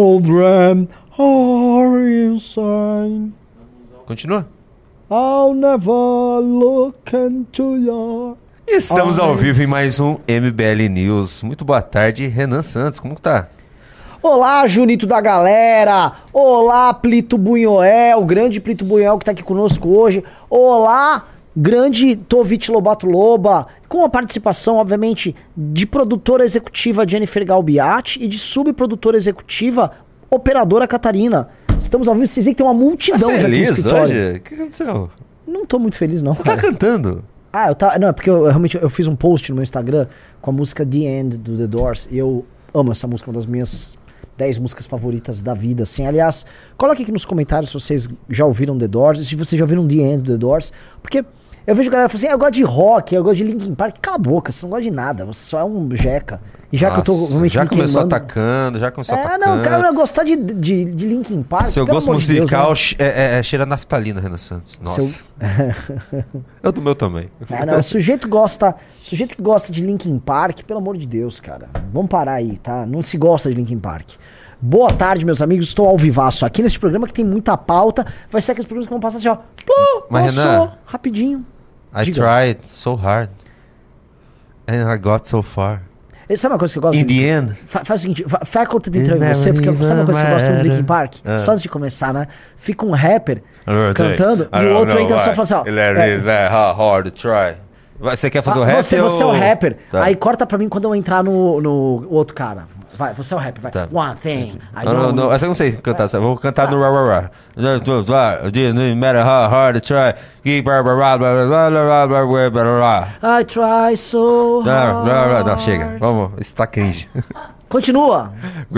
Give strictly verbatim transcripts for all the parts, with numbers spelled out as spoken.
Children are insane. Continua? I'll never look into your... Estamos ao eyes. vivo em mais um M B L News. Muito boa tarde, Renan Santos. Como tá? Olá, Junito da galera! Olá, Plito Bunhoel, o grande Plito Bunhoel que tá aqui conosco hoje. Olá, grande Tovit Lobato Loba, com a participação, obviamente, de produtora executiva Jennifer Galbiati e de subprodutora executiva Operadora Catarina. Estamos ao vivo, vocês veem que tem uma multidão tá já aqui no feliz escritório. hoje? O que aconteceu? Não tô muito feliz, não. Você tá cantando? Ah, eu tá. Não, é porque eu, eu realmente eu fiz um post no meu Instagram com a música The End do The Doors. E eu amo essa música, uma das minhas dez músicas favoritas da vida, assim. Aliás, coloque aqui nos comentários se vocês já ouviram The Doors e se vocês já ouviram The End do The Doors. Porque eu vejo galera falando assim, ah, eu gosto de rock, eu gosto de Linkin Park. Cala a boca, você não gosta de nada, você só é um jeca. E já Nossa, que eu tô realmente já me começou queimando... atacando, já começou É, atacando. não, cara, eu gostar de, de, de Linkin Park. Seu pelo gosto amor de Deus, musical né? che- é, é, é cheira a naftalina, Renan Santos. Nossa. Seu- Eu do meu também. É, não, o sujeito gosta, sujeito que gosta de Linkin Park, pelo amor de Deus, cara. Vamos parar aí, tá? Não se gosta de Linkin Park. Boa tarde, meus amigos. Estou ao vivaço aqui nesse programa que tem muita pauta. Vai ser aqueles programas que vão passar assim, ó. Pô, Mas, passou, Renan, rapidinho. I Diga. tried so hard. And I got so far. E sabe uma coisa que eu gosto In muito? the end. Fa- faz o seguinte, fa- faz a conta de entrar em It você, porque never sabe uma coisa que eu gosto muito do Linkin Park? Ah. Só antes de começar, né? Fica um rapper I cantando don't e o outro know entra só why. fala assim, ó. It é, is very hard to try. Vai, Você quer fazer o ah, rap? você, ou... você é o rapper. Tá. Aí corta pra mim quando eu entrar no, no outro cara. Vai, você é o rapper, vai. Tá. One thing, I Não, don't não, não, essa eu não sei cantar. essa. Eu vou cantar no ra ra ra. No matter how hard to try. Keep blah, blah, blah, blah, blah, blah, blah, blah, blah, blah. I try so Blah, blah, blah. hard. Não, chega. Vamos. Isso tá cringe. Continua.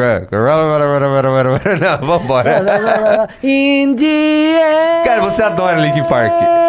Não, vambora. In the end. Cara, você adora Linkin Park.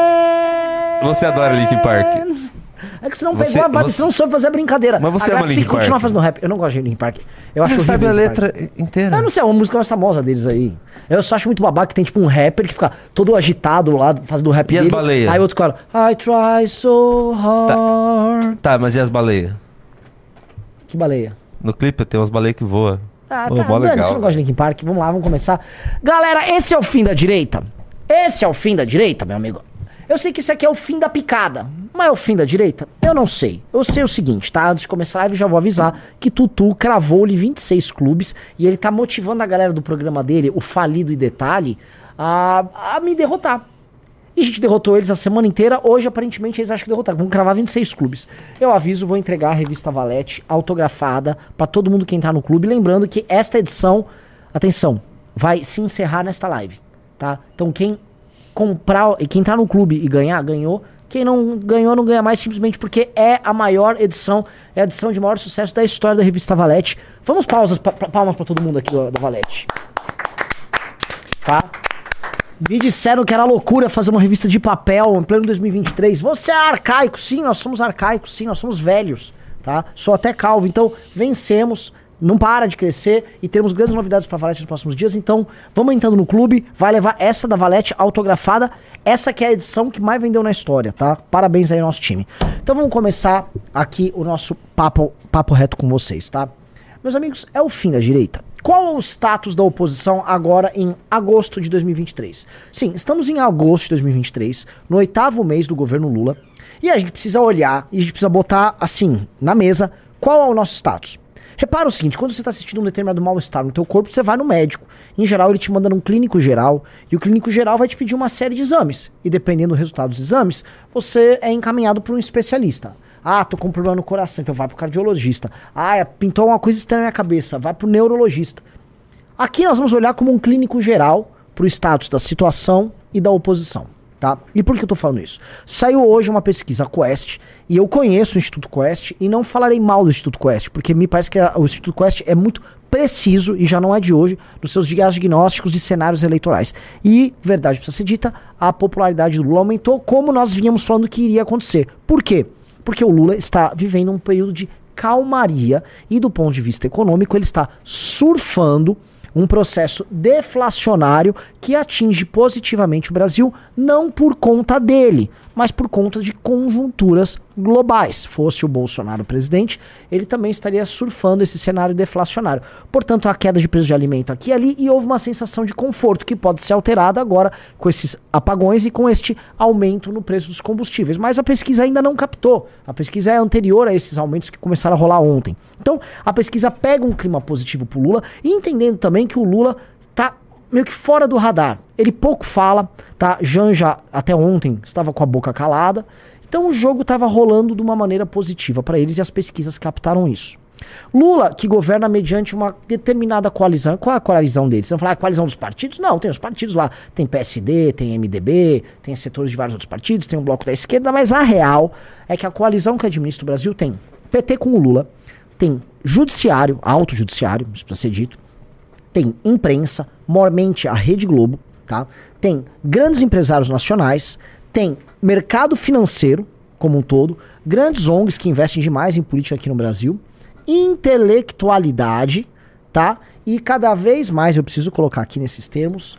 Você adora Linkin Park. É que você não Você- pegou a vibe, você- você não soube fazer a brincadeira. Mas você a ama graça tem que Linkin continuar Park. fazendo rap. Eu não gosto de Linkin Park. Eu acho Você sabe a horrível Linkin letra Park. inteira. Eu não sei, é uma música mais famosa deles aí. Eu só acho muito babaca que tem tipo um rapper que fica todo agitado lá, fazendo o rap E as dele. baleias? Aí outro cara, I try so hard. Tá, mas e as baleias? Que baleia? No clipe tem umas baleias que voam. Ah, Pô, tá, mó Dani, legal, você não gosta de Linkin Park? Vamos lá, vamos começar. Galera, esse é o fim da direita? Esse é o fim da direita, meu amigo? Eu sei que esse aqui é o fim da picada, mas é o fim da direita? Eu não sei. Eu sei o seguinte, tá? Antes de começar a live, já vou avisar que Tutu cravou-lhe vinte e seis clubes e ele tá motivando a galera do programa dele, o Falido e Detalhe, a, a me derrotar. E a gente derrotou eles a semana inteira. Hoje, aparentemente, eles acham que derrotaram. Vão cravar vinte e seis clubes. Eu aviso, vou entregar a revista Valete autografada pra todo mundo que entrar no clube. Lembrando que esta edição, atenção, vai se encerrar nesta live, tá? Então quem comprar, quem entrar no clube e ganhar, ganhou. Quem não ganhou, não ganha mais, simplesmente porque é a maior edição, é a edição de maior sucesso da história da revista Valete. Vamos pausas, pa, pa, palmas pra todo mundo aqui da, da Valete. Tá? Me disseram que era loucura fazer uma revista de papel em pleno dois mil e vinte e três. Você é arcaico, sim, nós somos arcaicos, sim, nós somos velhos, tá? Sou até calvo, então vencemos, não para de crescer e teremos grandes novidades pra Valete nos próximos dias. Então vamos entrando no clube, vai levar essa da Valete autografada, essa que é a edição que mais vendeu na história, tá? Parabéns aí ao nosso time. Então vamos começar aqui o nosso papo, papo reto com vocês, tá? Meus amigos, é o fim da direita. Qual é o status da oposição agora em agosto de dois mil e vinte e três? Sim, estamos em agosto de dois mil e vinte e três, no oitavo mês do governo Lula, e a gente precisa olhar, e a gente precisa botar, assim, na mesa, qual é o nosso status. Repara o seguinte, quando você está sentindo um determinado mal-estar no teu corpo, você vai no médico. Em geral, ele te manda num clínico geral, e o clínico geral vai te pedir uma série de exames. E dependendo do resultado dos exames, você é encaminhado por um especialista. Ah, tô com um problema no coração, então vai pro cardiologista. Ah, pintou uma coisa estranha na minha cabeça, vai pro neurologista. Aqui nós vamos olhar como um clínico geral pro status da situação e da oposição, tá? E por que eu tô falando isso? Saiu hoje uma pesquisa Quest, e eu conheço o Instituto Quest, e não falarei mal do Instituto Quest, porque me parece que a, o Instituto Quest é muito preciso, e já não é de hoje, nos seus diagnósticos de cenários eleitorais. E, verdade precisa ser dita, a popularidade do Lula aumentou, como nós vínhamos falando que iria acontecer. Por quê? Porque o Lula está vivendo um período de calmaria e do ponto de vista econômico ele está surfando um processo deflacionário que atinge positivamente o Brasil não por conta dele, mas por conta de conjunturas globais. Fosse o Bolsonaro presidente, ele também estaria surfando esse cenário deflacionário. Portanto, a queda de preço de alimento aqui e ali, e houve uma sensação de conforto que pode ser alterada agora com esses apagões e com este aumento no preço dos combustíveis. Mas a pesquisa ainda não captou. A pesquisa é anterior a esses aumentos que começaram a rolar ontem. Então, a pesquisa pega um clima positivo pro Lula, e entendendo também que o Lula tá meio que fora do radar. Ele pouco fala, tá? Janja, até ontem, estava com a boca calada. Então o jogo estava rolando de uma maneira positiva para eles e as pesquisas captaram isso. Lula, que governa mediante uma determinada coalizão. Qual é a coalizão deles? Você vai falar a coalizão dos partidos? Não, tem os partidos lá. Tem P S D, tem M D B, tem setores de vários outros partidos, tem um bloco da esquerda, mas a real é que a coalizão que administra o Brasil tem P T com o Lula, tem judiciário, alto judiciário, isso precisa ser dito, tem imprensa, mormente a Rede Globo, tá? Tem grandes empresários nacionais, tem mercado financeiro como um todo, grandes O N Gs que investem demais em política aqui no Brasil, intelectualidade, tá? E cada vez mais, eu preciso colocar aqui nesses termos,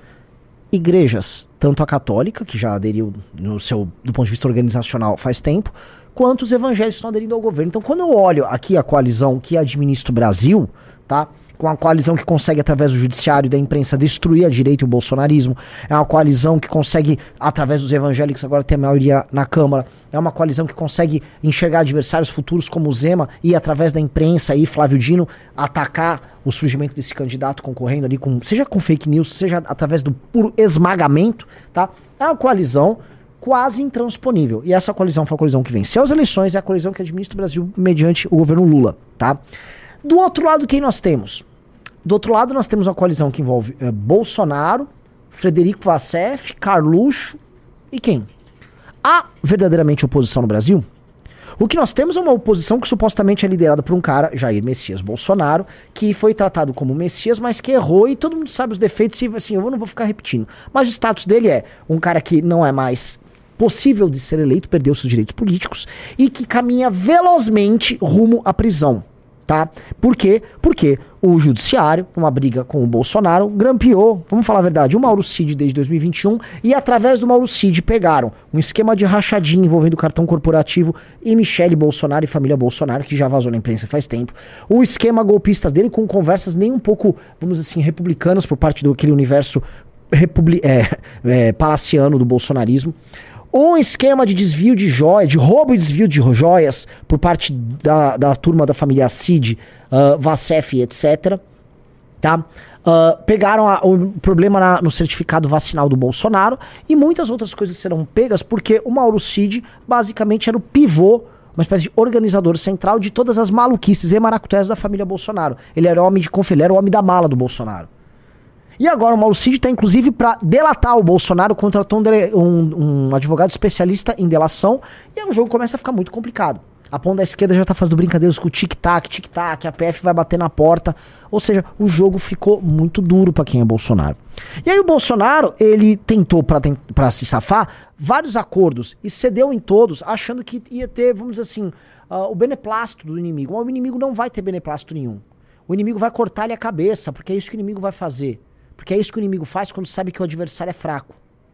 igrejas, tanto a católica, que já aderiu no seu, do ponto de vista organizacional faz tempo, quanto os evangélicos estão aderindo ao governo. Então, quando eu olho aqui a coalizão que administra o Brasil, tá? Com a coalizão que consegue, através do judiciário e da imprensa, destruir a direita e o bolsonarismo. É uma coalizão que consegue, através dos evangélicos, agora ter a maioria na Câmara. É uma coalizão que consegue enxergar adversários futuros como o Zema e, através da imprensa e Flávio Dino, atacar o surgimento desse candidato concorrendo ali, com, seja com fake news, seja através do puro esmagamento, tá? É uma coalizão quase intransponível. E essa coalizão foi a coalizão que venceu as eleições, é a coalizão que administra o Brasil mediante o governo Lula, tá? Do outro lado, quem nós temos? Do outro lado, nós temos uma coalizão que envolve é, Bolsonaro, Frederico Wassef, Carluxo e quem? Há verdadeiramente oposição no Brasil? O que nós temos é uma oposição que supostamente é liderada por um cara, Jair Messias Bolsonaro, que foi tratado como Messias, mas que errou, e todo mundo sabe os defeitos, e assim, eu não vou ficar repetindo. Mas o status dele é um cara que não é mais possível de ser eleito, perdeu seus direitos políticos, e que caminha velozmente rumo à prisão. Tá? Por quê? Porque o judiciário, numa briga com o Bolsonaro, grampeou, vamos falar a verdade, o Mauro Cid desde dois mil e vinte e um, e através do Mauro Cid pegaram um esquema de rachadinha envolvendo o cartão corporativo e Michele Bolsonaro e família Bolsonaro, que já vazou na imprensa faz tempo. O esquema golpista dele com conversas nem um pouco, vamos dizer assim, republicanas por parte daquele universo republi- é, é, palaciano do bolsonarismo. Um esquema de desvio de joias, de roubo e desvio de joias por parte da, da turma da família Cid, uh, Wassef, etcétera. Tá? Uh, pegaram a, o problema na, no certificado vacinal do Bolsonaro e muitas outras coisas serão pegas porque o Mauro Cid basicamente era o pivô, uma espécie de organizador central de todas as maluquices e maracutaias da família Bolsonaro. Ele era o homem de confiança, ele era o homem da mala do Bolsonaro. E agora o Mauro Cid está inclusive para delatar o Bolsonaro, contratou um, um, um advogado especialista em delação, e aí o jogo começa a ficar muito complicado. A ponta da esquerda já tá fazendo brincadeiras com o tic-tac, tic-tac, a P F vai bater na porta, ou seja, o jogo ficou muito duro para quem é Bolsonaro. E aí o Bolsonaro, ele tentou para se safar vários acordos e cedeu em todos, achando que ia ter, vamos dizer assim, uh, o beneplácito do inimigo. Mas o inimigo não vai ter beneplácito nenhum. O inimigo vai cortar-lhe a cabeça, porque é isso que o inimigo vai fazer. Porque é isso que o inimigo faz quando sabe que o adversário é fraco.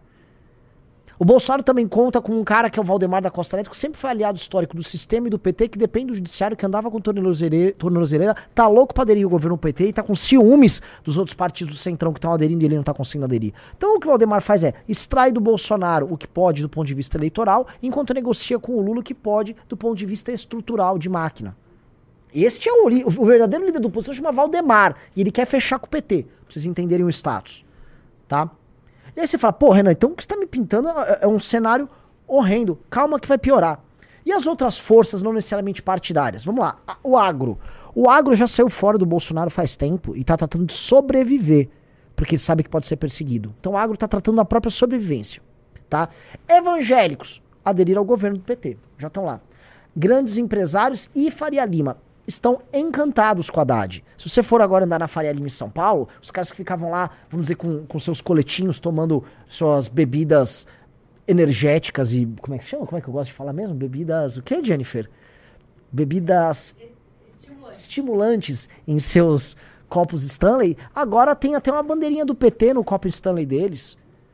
O Bolsonaro também conta com um cara que é o Valdemar da Costa Neto, que sempre foi aliado histórico do sistema e do P T, que depende do judiciário, que andava com tornozeleira, tornozeleira tá louco pra aderir ao governo P T e tá com ciúmes dos outros partidos do Centrão que estão aderindo e ele não tá conseguindo aderir. Então o que o Valdemar faz é extrai do Bolsonaro o que pode do ponto de vista eleitoral, enquanto negocia com o Lula o que pode do ponto de vista estrutural de máquina. Este é o, o verdadeiro líder do oposição, chama Valdemar, e ele quer fechar com o P T, pra vocês entenderem o status, tá? E aí você fala, pô, Renan, então o que você tá me pintando é, é um cenário horrendo, calma que vai piorar. E as outras forças não necessariamente partidárias? Vamos lá, o agro. O agro já saiu fora do Bolsonaro faz tempo e tá tratando de sobreviver, porque ele sabe que pode ser perseguido. Então o agro tá tratando da própria sobrevivência, tá? Evangélicos aderiram ao governo do P T, já estão lá. Grandes empresários e Faria Lima estão encantados com a Haddad. Se você for agora andar na Faria Lima em São Paulo, os caras que ficavam lá, vamos dizer, com, com seus coletinhos, tomando suas bebidas energéticas e... Como é que se chama? Como é que eu gosto de falar mesmo? Bebidas... O que, Jennifer? Bebidas... Estimulante. Estimulantes em seus copos Stanley. Agora tem até uma bandeirinha do P T no copo Stanley deles.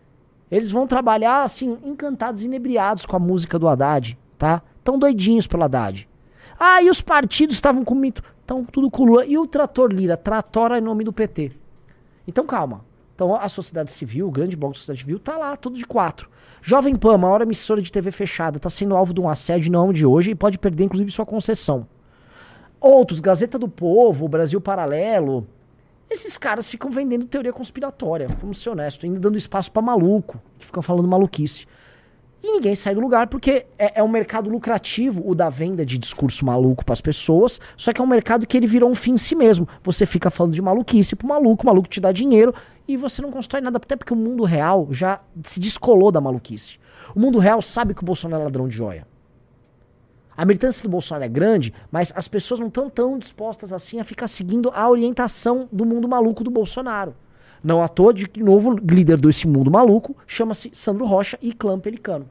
Eles vão trabalhar, assim, encantados, inebriados com a música do Haddad, tá? Tão doidinhos pelo Haddad. Ah, e os partidos estavam com mito. Estão tudo com o Lula. E o trator Lira? Tratora em nome do P T. Então calma. Então a sociedade civil, o grande bloco da sociedade civil, tá lá, tudo de quatro. Jovem Pan, maior emissora de T V fechada, tá sendo alvo de um assédio não de hoje e pode perder, inclusive, sua concessão. Outros, Gazeta do Povo, Brasil Paralelo... Esses caras ficam vendendo teoria conspiratória, vamos ser honestos, ainda dando espaço pra maluco, que ficam falando maluquice. E ninguém sai do lugar porque é, é um mercado lucrativo, o da venda de discurso maluco pras pessoas, só que é um mercado que ele virou um fim em si mesmo. Você fica falando de maluquice pro maluco, o maluco te dá dinheiro e você não constrói nada, até porque o mundo real já se descolou da maluquice. O mundo real sabe que o Bolsonaro é ladrão de joia. A militância do Bolsonaro é grande, mas as pessoas não estão tão dispostas assim a ficar seguindo a orientação do mundo maluco do Bolsonaro. Não à toa, de novo, líder desse mundo maluco chama-se Sandro Rocha e clã Pelicano.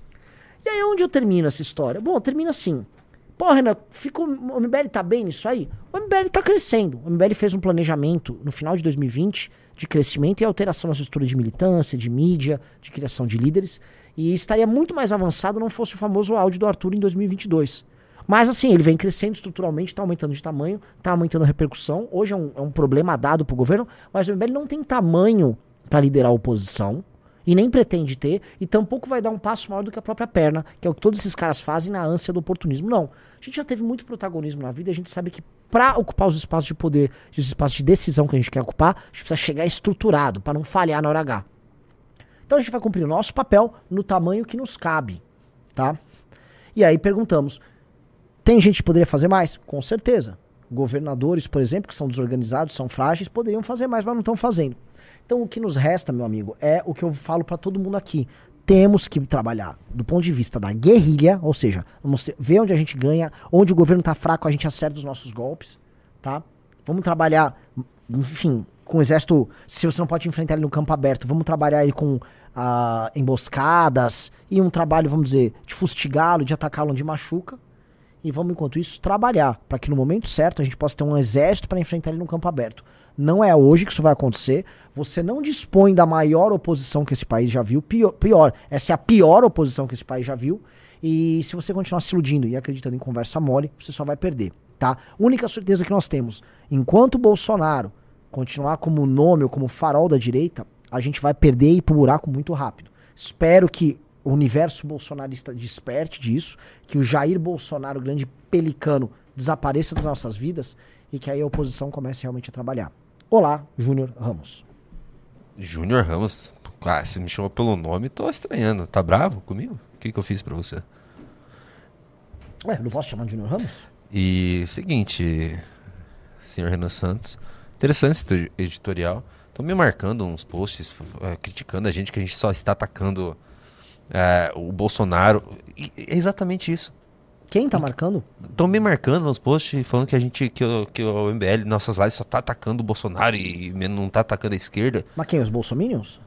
E aí onde eu termino essa história? Bom, eu termino assim. Pô, Renan, ficou, o M B L tá bem nisso aí? O M B L tá crescendo. O M B L fez um planejamento no final de dois mil e vinte de crescimento e alteração na sua estrutura de militância, de mídia, de criação de líderes. E estaria muito mais avançado não fosse o famoso áudio do Arthur em dois mil e vinte e dois. Mas assim, ele vem crescendo estruturalmente, está aumentando de tamanho, está aumentando a repercussão. Hoje é um, é um problema dado para o governo, mas o M B L não tem tamanho para liderar a oposição e nem pretende ter, e tampouco vai dar um passo maior do que a própria perna, que é o que todos esses caras fazem na ânsia do oportunismo. Não. A gente já teve muito protagonismo na vida, a gente sabe que para ocupar os espaços de poder, os espaços de decisão que a gente quer ocupar, a gente precisa chegar estruturado, para não falhar na hora H. Então a gente vai cumprir o nosso papel no tamanho que nos cabe, tá? E aí perguntamos, tem gente que poderia fazer mais? Com certeza. Governadores, por exemplo, que são desorganizados, são frágeis, poderiam fazer mais, mas não estão fazendo. Então o que nos resta, meu amigo, é o que eu falo para todo mundo aqui. Temos que trabalhar do ponto de vista da guerrilha, ou seja, vamos ver onde a gente ganha, onde o governo tá fraco, a gente acerta os nossos golpes, tá? Vamos trabalhar, enfim... com o exército, se você não pode enfrentar ele no campo aberto, vamos trabalhar ele com ah, emboscadas e um trabalho, vamos dizer, de fustigá-lo, de atacá-lo onde machuca. E vamos, enquanto isso, trabalhar para que no momento certo a gente possa ter um exército para enfrentar ele no campo aberto. Não é hoje que isso vai acontecer. Você não dispõe da maior oposição que esse país já viu. Pior, pior, essa é a pior oposição que esse país já viu. E se você continuar se iludindo e acreditando em conversa mole, você só vai perder, tá? Única certeza que nós temos, enquanto o Bolsonaro continuar como nome ou como farol da direita, a gente vai perder e ir pro buraco muito rápido. Espero que o universo bolsonarista desperte disso, que o Jair Bolsonaro, o grande pelicano, desapareça das nossas vidas e que aí a oposição comece realmente a trabalhar. Olá, Júnior Ramos. Júnior Ramos? Ah, você me chamou pelo nome, tô estranhando. Tá bravo comigo? O que, que eu fiz pra você? Ué, não posso chamar de Júnior Ramos? E seguinte, senhor Renan Santos, interessante esse editorial. Estão me marcando uns posts uh, criticando a gente, que a gente só está atacando uh, o Bolsonaro. E é exatamente isso. Quem tá marcando? Estão me marcando nos posts falando que a gente, que o, que o M B L, nossas lives, só tá atacando o Bolsonaro e não tá atacando a esquerda. Mas quem? Os bolsominions?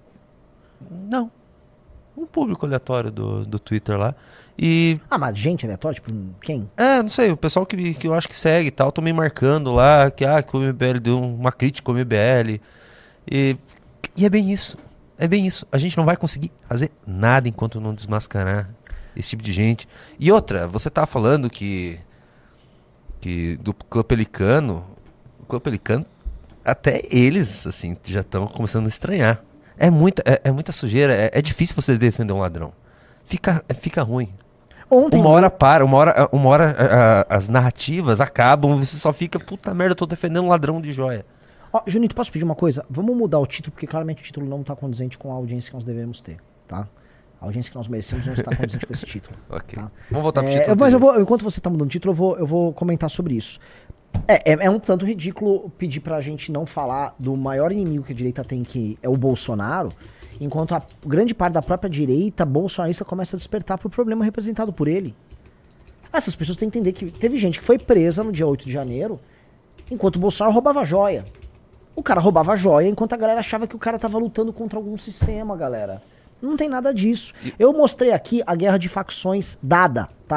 Não. Um público aleatório do, do Twitter lá. E... Ah, mas gente aleatória? Tipo, quem? É, não sei, o pessoal que, que eu acho que segue e tal, estão me marcando lá, que, ah, que o M B L deu uma crítica ao M B L. E, e é bem isso. É bem isso. A gente não vai conseguir fazer nada enquanto não desmascarar esse tipo de gente. E outra, você tá falando que, que do clã Pelicano, o clã Pelicano, até eles, assim, já estão começando a estranhar. É muita, é, é muita sujeira, é, é difícil você defender um ladrão. Fica, fica ruim. Ontem, uma hora para, uma hora, uma hora a, a, as narrativas acabam, você só fica, puta merda, eu tô defendendo um ladrão de joia. Ó, Junito, posso pedir uma coisa? Vamos mudar o título, porque claramente o título não tá condizente com a audiência que nós devemos ter, tá? A audiência que nós merecemos não está condizente com esse título. Ok. Tá? Vamos voltar pro é, título. Mas eu vou, enquanto você tá mudando o título, eu vou, eu vou comentar sobre isso. É, é, é um tanto ridículo pedir pra gente não falar do maior inimigo que a direita tem, que é o Bolsonaro, enquanto a grande parte da própria direita bolsonarista começa a despertar pro problema representado por ele. Essas pessoas têm que entender que teve gente que foi presa no dia oito de janeiro, enquanto o Bolsonaro roubava joia. O cara roubava joia, enquanto a galera achava que o cara tava lutando contra algum sistema, galera. Não tem nada disso. Eu mostrei aqui a guerra de facções dada, tá?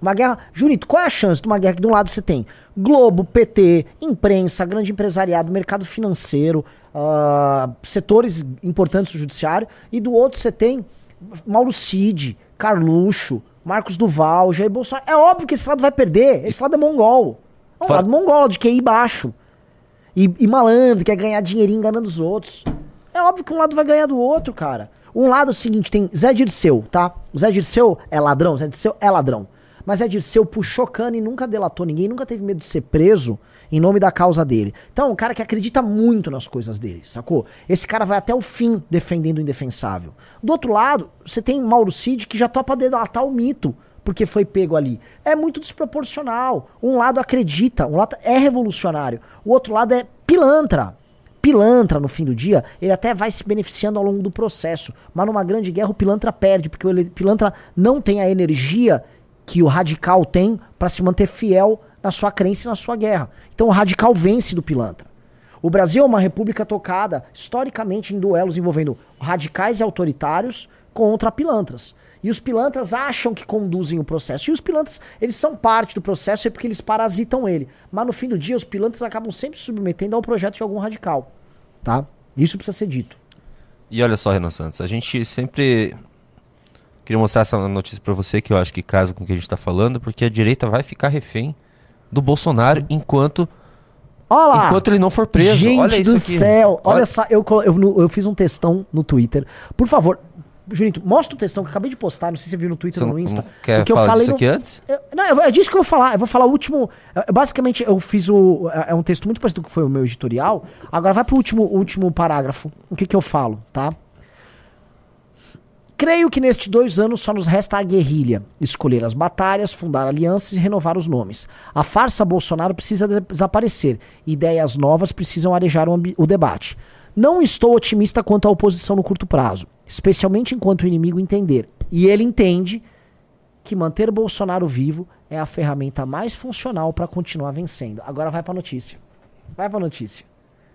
Uma guerra... Junito, qual é a chance de uma guerra que de um lado você tem Globo, P T, imprensa, grande empresariado, mercado financeiro, uh, setores importantes do judiciário, e do outro você tem Mauro Cid, Carluxo, Marcos Duval, Jair Bolsonaro. É óbvio que esse lado vai perder. Esse lado é mongol. É um Fala. lado mongol, de Q I baixo. E, e malandro, quer ganhar dinheirinho enganando os outros. É óbvio que um lado vai ganhar do outro, cara. Um lado é o seguinte, tem Zé Dirceu, tá? O Zé Dirceu é ladrão, Zé Dirceu é ladrão. Mas Zé Dirceu puxou cana e nunca delatou ninguém, nunca teve medo de ser preso em nome da causa dele. Então, um cara que acredita muito nas coisas dele, sacou? Esse cara vai até o fim defendendo o indefensável. Do outro lado, você tem Mauro Cid que já topa delatar o mito, porque foi pego ali. É muito desproporcional. Um lado acredita, um lado é revolucionário, o outro lado é pilantra. Pilantra, no fim do dia, ele até vai se beneficiando ao longo do processo. Mas numa grande guerra o pilantra perde, porque o pilantra não tem a energia que o radical tem para se manter fiel na sua crença e na sua guerra. Então o radical vence do pilantra. O Brasil é uma república tocada historicamente em duelos envolvendo radicais e autoritários contra pilantras. E os pilantras acham que conduzem o processo. E os pilantras, eles são parte do processo é porque eles parasitam ele. Mas no fim do dia, os pilantras acabam sempre se submetendo ao projeto de algum radical. Tá? Isso precisa ser dito. E olha só, Renan Santos, a gente sempre... Queria mostrar essa notícia pra você, que eu acho que casa com o que a gente tá falando, porque a direita vai ficar refém do Bolsonaro enquanto... Olha lá. Enquanto ele não for preso. Gente olha isso do aqui. céu. Olha, Olha só, eu, eu, eu fiz um textão no Twitter. Por favor, Junito, mostra o textão que eu acabei de postar. Não sei se você viu no Twitter Você ou não, no Insta. não quer porque eu falar falei disso no, aqui antes? Eu, não, eu, é disso que eu vou falar. Eu vou falar o último... é, Basicamente, eu fiz o... É é um texto muito parecido com o que foi o meu editorial. Agora vai pro último, último parágrafo. O que que eu falo, tá? Creio que nestes dois anos só nos resta a guerrilha, escolher as batalhas, fundar alianças e renovar os nomes. A farsa Bolsonaro precisa de- desaparecer, ideias novas precisam arejar o, ambi- o debate. Não estou otimista quanto à oposição no curto prazo, especialmente enquanto o inimigo entender, e ele entende, que manter Bolsonaro vivo é a ferramenta mais funcional para continuar vencendo. Agora vai pra notícia. Vai pra notícia.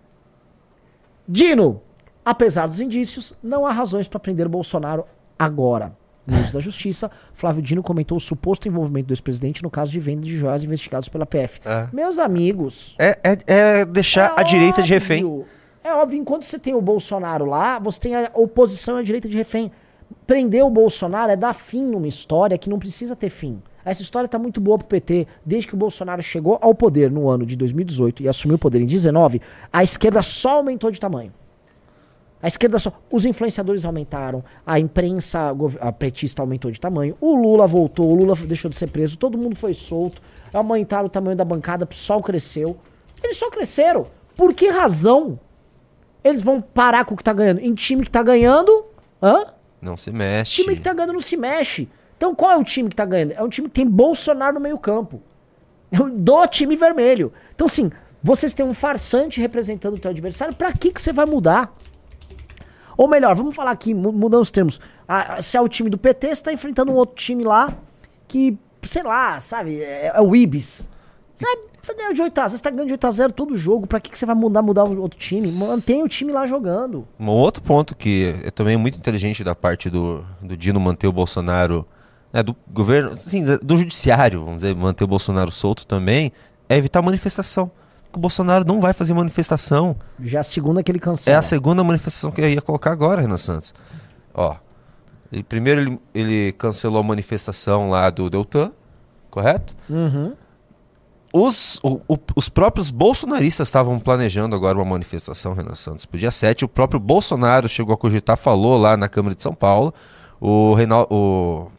Dino, apesar dos indícios, não há razões para prender Bolsonaro agora. Ministro da Justiça, Flávio Dino comentou o suposto envolvimento do ex-presidente no caso de venda de joias investigados pela P F. É. Meus amigos... É, é, é deixar é a direita de óbvio, refém. É óbvio, enquanto você tem o Bolsonaro lá, você tem a oposição e a direita de refém. Prender o Bolsonaro é dar fim numa história que não precisa ter fim. Essa história tá muito boa pro P T. Desde que o Bolsonaro chegou ao poder no ano de dois mil e dezoito e assumiu o poder em dezenove, a esquerda só aumentou de tamanho. A esquerda só... Os influenciadores aumentaram, a imprensa a petista aumentou de tamanho, o Lula voltou, o Lula deixou de ser preso, todo mundo foi solto, aumentaram o tamanho da bancada, o PSOL cresceu. Eles só cresceram. Por que razão eles vão parar com o que tá ganhando? Em time que tá ganhando... Hã? Não se O mexe. time que tá ganhando não se mexe. Então qual é o time que tá ganhando? É um time que tem Bolsonaro no meio campo. É o do time vermelho. Então assim, vocês têm um farsante representando o teu adversário, pra que que você vai mudar? Ou melhor, vamos falar aqui, mu- mudando os termos. Ah, se é o time do P T, você tá enfrentando um outro time lá que, sei lá, sabe, é, é o Ibis. Sabe, você ganhou de oito a zero, você tá ganhando de oito a zero todo jogo, pra que que você vai mudar, mudar o outro time? Mantém o time lá jogando. Um outro ponto que é também muito inteligente da parte do, do Dino manter o Bolsonaro, né, do governo, assim, do judiciário, vamos dizer, manter o Bolsonaro solto também, é evitar manifestação. Porque o Bolsonaro não vai fazer manifestação. Já a segunda que ele É cancela. a segunda manifestação que eu ia colocar agora, Renan Santos. Ó, ele, primeiro ele, ele cancelou a manifestação lá do Deltan, correto? Uhum. Os, o- o- os próprios bolsonaristas estavam planejando agora uma manifestação, Renan Santos. Pro dia sete, o próprio Bolsonaro chegou a cogitar, falou lá na Câmara de São Paulo. O Reinaldo... O,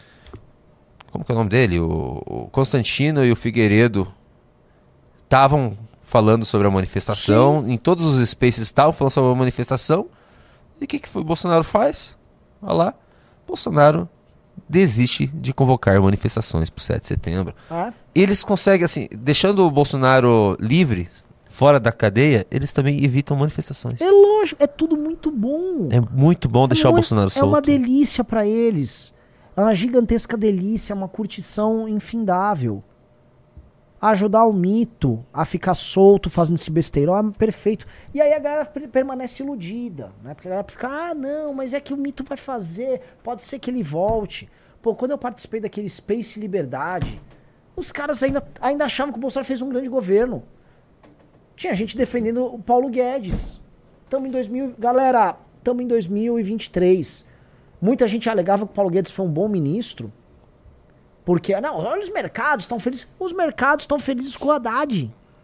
como que é o nome dele? O, o Constantino e o Figueiredo estavam falando sobre a manifestação. Em todos os spaces estavam falando sobre a manifestação. E o que, que foi o Bolsonaro faz? Olha lá. Bolsonaro desiste de convocar manifestações pro sete de setembro. Ah, Eles conseguem, assim, deixando o Bolsonaro livre, fora da cadeia, eles também evitam manifestações. é lógico, é tudo muito bom. É muito bom deixar É o muito- Bolsonaro É uma solto. delícia pra eles. É uma gigantesca delícia, é uma curtição infindável. Ajudar o mito a ficar solto fazendo esse besteirão é perfeito. E aí a galera per- permanece iludida, né? Porque a galera fica, ah, não, mas é que o mito vai fazer, pode ser que ele volte. Pô, quando eu participei daquele Space Liberdade, os caras ainda, ainda achavam que o Bolsonaro fez um grande governo. Tinha gente defendendo o Paulo Guedes. Tamo em dois mil... Galera, estamos em dois mil e vinte e três. Muita gente alegava que o Paulo Guedes foi um bom ministro. Porque, não, olha os mercados, estão felizes. Os mercados estão felizes com o Haddad.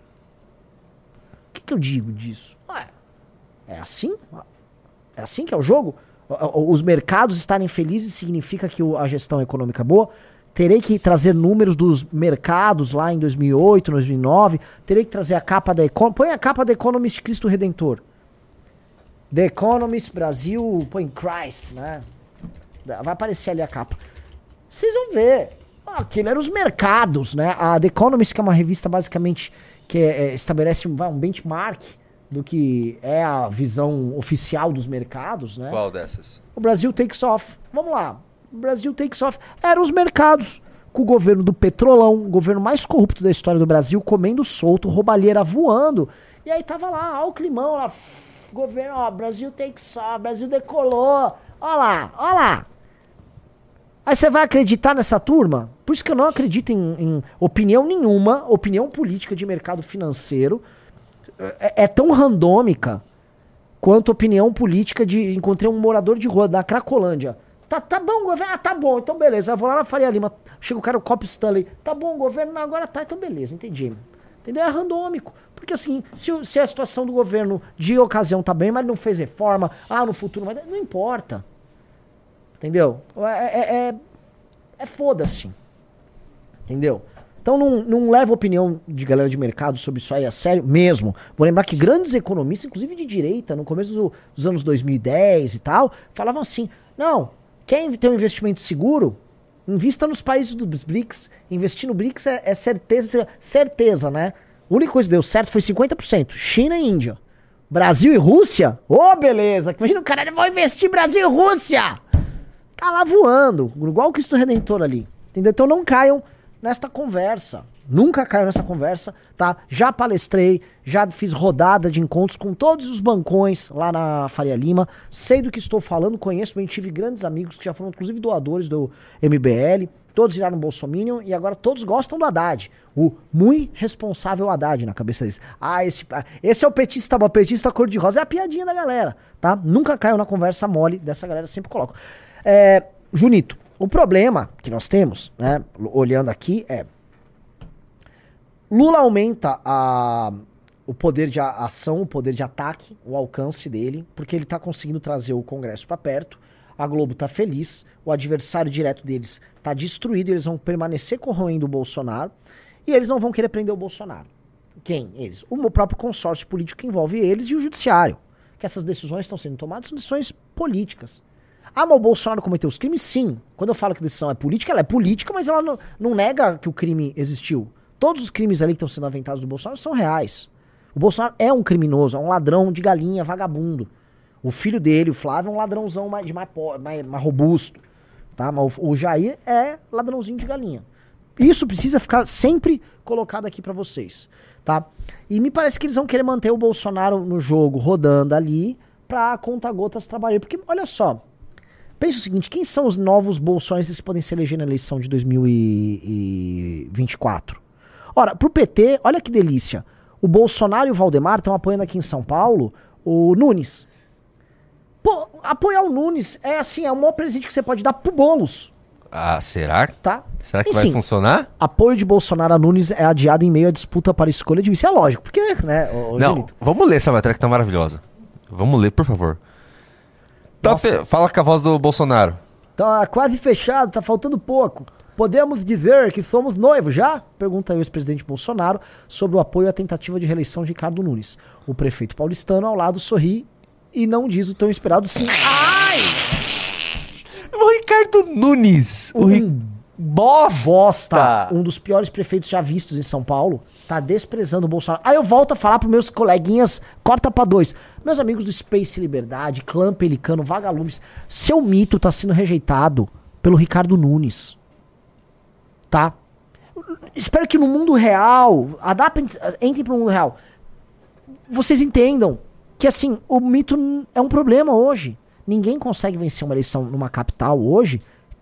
O que, que eu digo disso? Ué, é assim? É assim que é o jogo? Os mercados estarem felizes significa que a gestão econômica é boa? Terei que trazer números dos mercados lá em dois mil e oito, dois mil e nove. Terei que trazer a capa da Economist. Põe a capa da Economist Cristo Redentor. The Economist Brasil, põe Christ, né? Vai aparecer ali a capa. Vocês vão ver. Aquilo eram os mercados, né? A The Economist, que é uma revista basicamente que é, estabelece um, um benchmark do que é a visão oficial dos mercados, né? Qual dessas? O Brasil Takes Off. Vamos lá. O Brasil Takes Off. Eram os mercados. Com o governo do Petrolão, o governo mais corrupto da história do Brasil, comendo solto, roubalheira voando. E aí tava lá, ó o climão lá. Governo, ó, Brasil Takes Off, Brasil decolou. Ó lá, ó lá. Aí você vai acreditar nessa turma? Por isso que eu não acredito em, em opinião nenhuma, opinião política de mercado financeiro. É, é tão randômica quanto opinião política de... Encontrei um morador de rua da Cracolândia. Tá, tá bom, governo? Ah, tá bom, então beleza. Eu vou lá na Faria Lima. Chega o cara, o Cop Stanley. Tá bom, governo? Não, agora tá, então beleza, entendi. Entendeu? É randômico. Porque assim, se, se a situação do governo de ocasião tá bem, mas não fez reforma, ah, no futuro, mas não importa. Entendeu? É, é, é, é foda-se. Entendeu? Então não, não leva a opinião de galera de mercado sobre isso aí a sério, mesmo. Vou lembrar que grandes economistas, inclusive de direita, no começo do, dos anos dois mil e dez e tal, falavam assim, não, quer ter um investimento seguro? Invista nos países dos B R I C S. Investir no B R I C S é, é certeza, certeza, né? A única coisa que deu certo foi cinquenta por cento. China e Índia. Brasil e Rússia? Ô, oh, beleza. Imagina o cara, vou investir Brasil e Rússia. Tá lá voando, igual o Cristo Redentor ali. Entendeu? Então não caiam nesta conversa. Nunca caiam nessa conversa, tá? Já palestrei, já fiz rodada de encontros com todos os bancões lá na Faria Lima. Sei do que estou falando, conheço bem, tive grandes amigos que já foram inclusive doadores do M B L. Todos viraram Bolsominion e agora todos gostam do Haddad. O muito responsável Haddad na cabeça deles. Ah, esse, esse é o petista, o petista cor-de-rosa. É a piadinha da galera, tá? Nunca caiu na conversa mole dessa galera, sempre coloco. É, Junito, o problema que nós temos, né, olhando aqui, é Lula aumenta a, o poder de ação, o poder de ataque, o alcance dele, porque ele tá conseguindo trazer o Congresso pra perto, a Globo tá feliz, o adversário direto deles tá destruído, eles vão permanecer corroendo o Bolsonaro, e eles não vão querer prender o Bolsonaro. Quem? Eles. O próprio consórcio político que envolve eles e o judiciário. Que essas decisões estão sendo tomadas são decisões políticas. Ah, mas o Bolsonaro cometeu os crimes? Sim. Quando eu falo que a decisão é política, ela é política, mas ela não, não nega que o crime existiu. Todos os crimes ali que estão sendo aventados do Bolsonaro são reais. O Bolsonaro é um criminoso, é um ladrão de galinha, vagabundo. O filho dele, o Flávio, é um ladrãozão mais, mais, mais, mais robusto. Tá? Mas o, o Jair é ladrãozinho de galinha. Isso precisa ficar sempre colocado aqui pra vocês. Tá? E me parece que eles vão querer manter o Bolsonaro no jogo, rodando ali, pra conta-gotas trabalhar. Porque, olha só, pensa o seguinte, quem são os novos bolsonaristas que podem se eleger na eleição de dois mil e vinte e quatro? Ora, pro P T, olha que delícia. O Bolsonaro e o Valdemar estão apoiando aqui em São Paulo o Nunes. Pô, apoiar o Nunes é assim, é o maior presente que você pode dar pro Boulos. Ah, será? Tá? Será que e, vai sim, funcionar? Apoio de Bolsonaro a Nunes é adiado em meio à disputa para a escolha de vice. É lógico, porque, né, o, Não, Genito? Vamos ler essa matéria que tá maravilhosa. Vamos ler, por favor. Tá fe... Fala com a voz do Bolsonaro. Tá quase fechado, tá faltando pouco. Podemos dizer que somos noivos já? Pergunta aí o ex-presidente Bolsonaro sobre o apoio à tentativa de reeleição de Ricardo Nunes. O prefeito paulistano ao lado sorri e não diz o tão esperado sim. Ai! O Ricardo Nunes! O Um Ri... Bosta! Bosta! Um dos piores prefeitos já vistos em São Paulo tá desprezando o Bolsonaro. Aí eu volto a falar pros meus coleguinhas, corta pra dois. Meus amigos do Space Liberdade, Clã Pelicano, Vagalumes, seu mito tá sendo rejeitado pelo Ricardo Nunes. Tá? Espero que no mundo real, adaptem, entrem pro mundo real, vocês entendam que assim, o mito é um problema hoje. Ninguém consegue vencer uma eleição numa capital hoje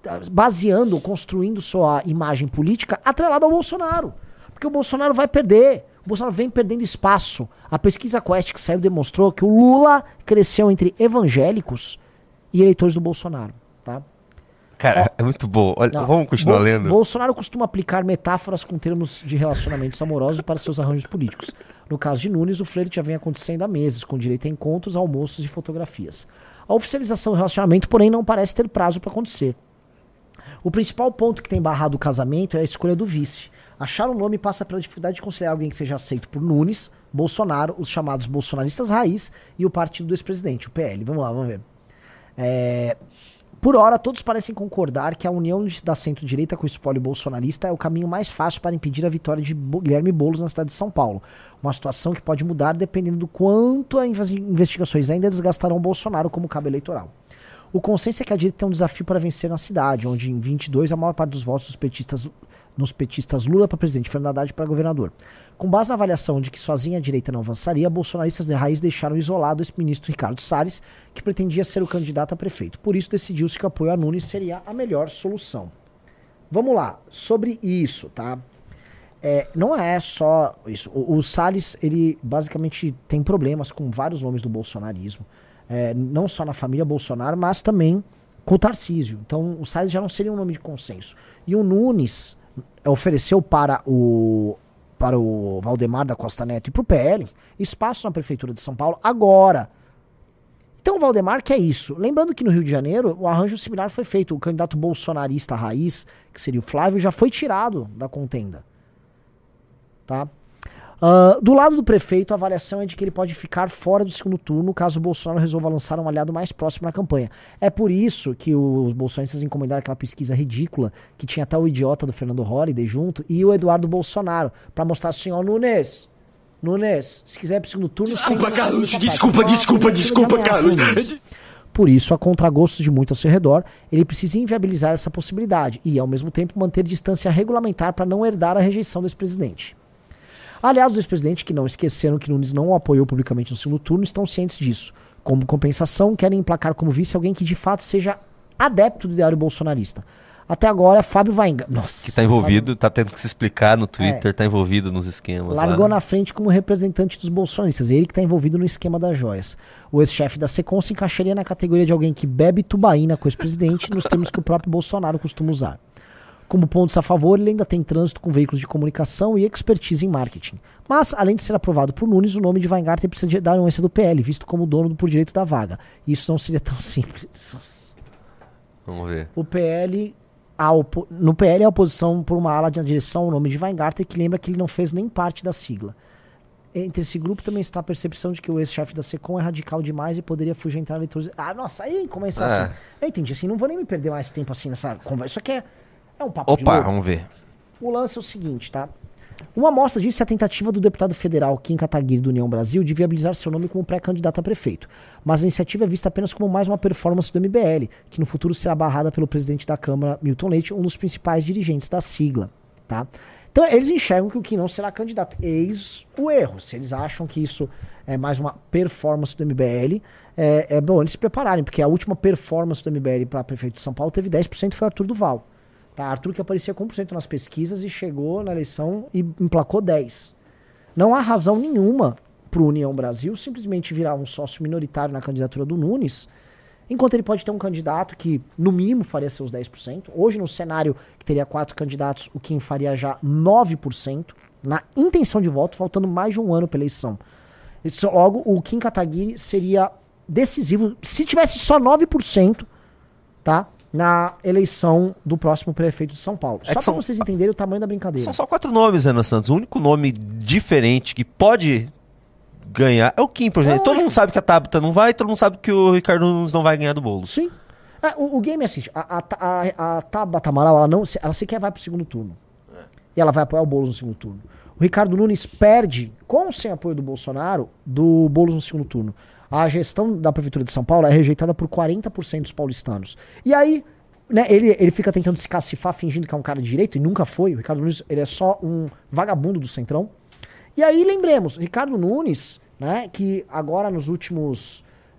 baseando, construindo sua imagem política atrelada ao Bolsonaro. Porque o Bolsonaro vai perder. O Bolsonaro vem perdendo espaço. A pesquisa Quest que saiu demonstrou que o Lula cresceu entre evangélicos e eleitores do Bolsonaro, tá? Cara, Ó, é muito bom. Olha, não, vamos continuar Bo lendo. Bolsonaro costuma aplicar metáforas com termos de relacionamentos amorosos para seus arranjos políticos. No caso de Nunes, o flerte já vem acontecendo há meses, com direito a encontros, almoços e fotografias. A oficialização do relacionamento, porém, não parece ter prazo para acontecer. O principal ponto que tem barrado o casamento é a escolha do vice. Achar um nome passa pela dificuldade de considerar alguém que seja aceito por Nunes, Bolsonaro, os chamados bolsonaristas raiz e o partido do ex-presidente, o P L. Vamos lá, vamos ver. É... Por hora, todos parecem concordar que a união da centro-direita com o espólio bolsonarista é o caminho mais fácil para impedir a vitória de Guilherme Boulos na cidade de São Paulo. Uma situação que pode mudar dependendo do quanto as investigações ainda desgastarão Bolsonaro como cabo eleitoral. O consenso é que a direita tem um desafio para vencer na cidade, onde em vinte e dois a maior parte dos votos dos petistas, nos petistas Lula para presidente, Fernando Haddad para governador. Com base na avaliação de que sozinha a direita não avançaria, bolsonaristas de raiz deixaram isolado o ex-ministro Ricardo Salles, que pretendia ser o candidato a prefeito. Por isso decidiu-se que o apoio a Nunes seria a melhor solução. Vamos lá, sobre isso, tá? É, não é só isso. O, o Salles, ele basicamente tem problemas com vários nomes do bolsonarismo. É, não só na família Bolsonaro, mas também com o Tarcísio. Então o Salles já não seria um nome de consenso. E o Nunes ofereceu para o, para o Valdemar da Costa Neto e para o P L espaço na Prefeitura de São Paulo agora. Então o Valdemar quer isso. Lembrando que no Rio de Janeiro o arranjo similar foi feito. O candidato bolsonarista raiz, que seria o Flávio, já foi tirado da contenda. Tá? Uh, do lado do prefeito, a avaliação é de que ele pode ficar fora do segundo turno caso o Bolsonaro resolva lançar um aliado mais próximo na campanha. É por isso que os bolsonaristas encomendaram aquela pesquisa ridícula que tinha até o idiota do Fernando Holliday junto e o Eduardo Bolsonaro, pra mostrar assim, ó, Nunes, Nunes, se quiser ir pro segundo turno... Desculpa, Carlos, desculpa, desculpa, desculpa, Carlos. Por isso, a contragosto de muito ao seu redor, ele precisa inviabilizar essa possibilidade e, ao mesmo tempo, manter distância regulamentar para não herdar a rejeição do ex-presidente. Aliás, os ex-presidentes que não esqueceram que Nunes não o apoiou publicamente no segundo turno estão cientes disso. Como compensação, querem emplacar como vice alguém que de fato seja adepto do ideário bolsonarista. Até agora, Fábio Weingarten. Nossa. Que tá envolvido, Fábio... tá tendo que se explicar no Twitter, é. tá envolvido nos esquemas. Largou lá. na frente como representante dos bolsonaristas. Ele que tá envolvido no esquema das joias. O ex-chefe da SECOM se encaixaria na categoria de alguém que bebe tubaína com o ex-presidente, nos termos que o próprio Bolsonaro costuma usar. Como pontos a favor, ele ainda tem trânsito com veículos de comunicação e expertise em marketing. Mas, além de ser aprovado por Nunes, o nome de Weingarten precisa de, da anuência do P L, visto como dono do por direito da vaga. Isso não seria tão simples. Vamos ver. O P L, a no P L, a oposição por uma ala de direção ao nome de Weingarten, que lembra que ele não fez nem parte da sigla. Entre esse grupo também está a percepção de que o ex-chefe da SECOM é radical demais e poderia fugir entrar eleitores. Ah, nossa, aí começa ah. assim. Eu entendi, assim, não vou nem me perder mais tempo assim nessa conversa. Isso aqui é. É um papo Opa, vamos ver. O lance é o seguinte, tá? Uma amostra disso é a tentativa do deputado federal Kim Kataguiri do União Brasil de viabilizar seu nome como pré-candidato a prefeito. Mas a iniciativa é vista apenas como mais uma performance do M B L, que no futuro será barrada pelo presidente da Câmara, Milton Leite, um dos principais dirigentes da sigla, tá? Então eles enxergam que o Kim não será candidato. Eis o erro. Se eles acham que isso é mais uma performance do M B L, é, é bom eles se prepararem, porque a última performance do M B L para prefeito de São Paulo teve dez por cento, foi Arthur Duval. Tá, Arthur que aparecia com um por cento nas pesquisas e chegou na eleição e emplacou dez. Não há razão nenhuma pro União Brasil simplesmente virar um sócio minoritário na candidatura do Nunes, enquanto ele pode ter um candidato que no mínimo faria seus dez por cento. Hoje no cenário que teria quatro candidatos, o Kim faria já nove por cento na intenção de voto, faltando mais de um ano para eleição. Isso, logo, o Kim Kataguiri seria decisivo se tivesse só nove por cento, tá? Na eleição do próximo prefeito de São Paulo. É só pra são, vocês entenderem o tamanho da brincadeira. São só quatro nomes, Ana Santos. O único nome diferente que pode ganhar é o Kim, por exemplo. É, todo mundo sabe que a Tabata não vai, todo mundo sabe que o Ricardo Nunes não vai ganhar do Boulos. Sim. É, o, o game é assim, a, a, a, a Tabata Amaral, ela, não, ela sequer vai pro segundo turno. É. E ela vai apoiar o Boulos no segundo turno. O Ricardo Nunes perde, com ou sem apoio do Bolsonaro, do Boulos no segundo turno. A gestão da Prefeitura de São Paulo é rejeitada por quarenta por cento dos paulistanos. E aí, né, ele, ele fica tentando se cacifar, fingindo que é um cara de direito, e nunca foi. O Ricardo Nunes, ele é só um vagabundo do Centrão. E aí, lembremos, Ricardo Nunes, né, que agora nos últimos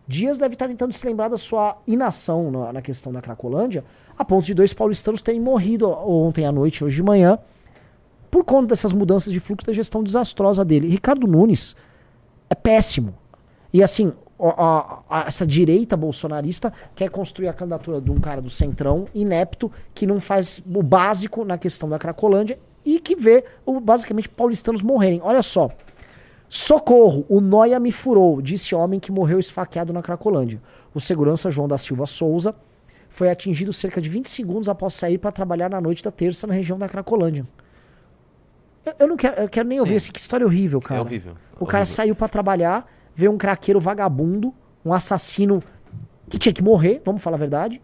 Dias deve estar tentando se lembrar da sua inação na, na questão da Cracolândia, a ponto de dois paulistanos terem morrido ontem à noite, hoje de manhã, por conta dessas mudanças de fluxo da gestão desastrosa dele. Ricardo Nunes é péssimo. E assim, a, a, a, essa direita bolsonarista quer construir a candidatura de um cara do centrão, inepto, que não faz o básico na questão da Cracolândia e que vê, o, basicamente, paulistanos morrerem. Olha só. Socorro, o nóia me furou, disse homem que morreu esfaqueado na Cracolândia. O segurança João da Silva Souza foi atingido cerca de vinte segundos após sair para trabalhar na noite da terça na região da Cracolândia. Eu, eu não quero, eu quero nem Sim. ouvir assim, que história horrível, cara. É horrível. O horrível. cara saiu para trabalhar, veio um craqueiro vagabundo, um assassino que tinha que morrer, vamos falar a verdade,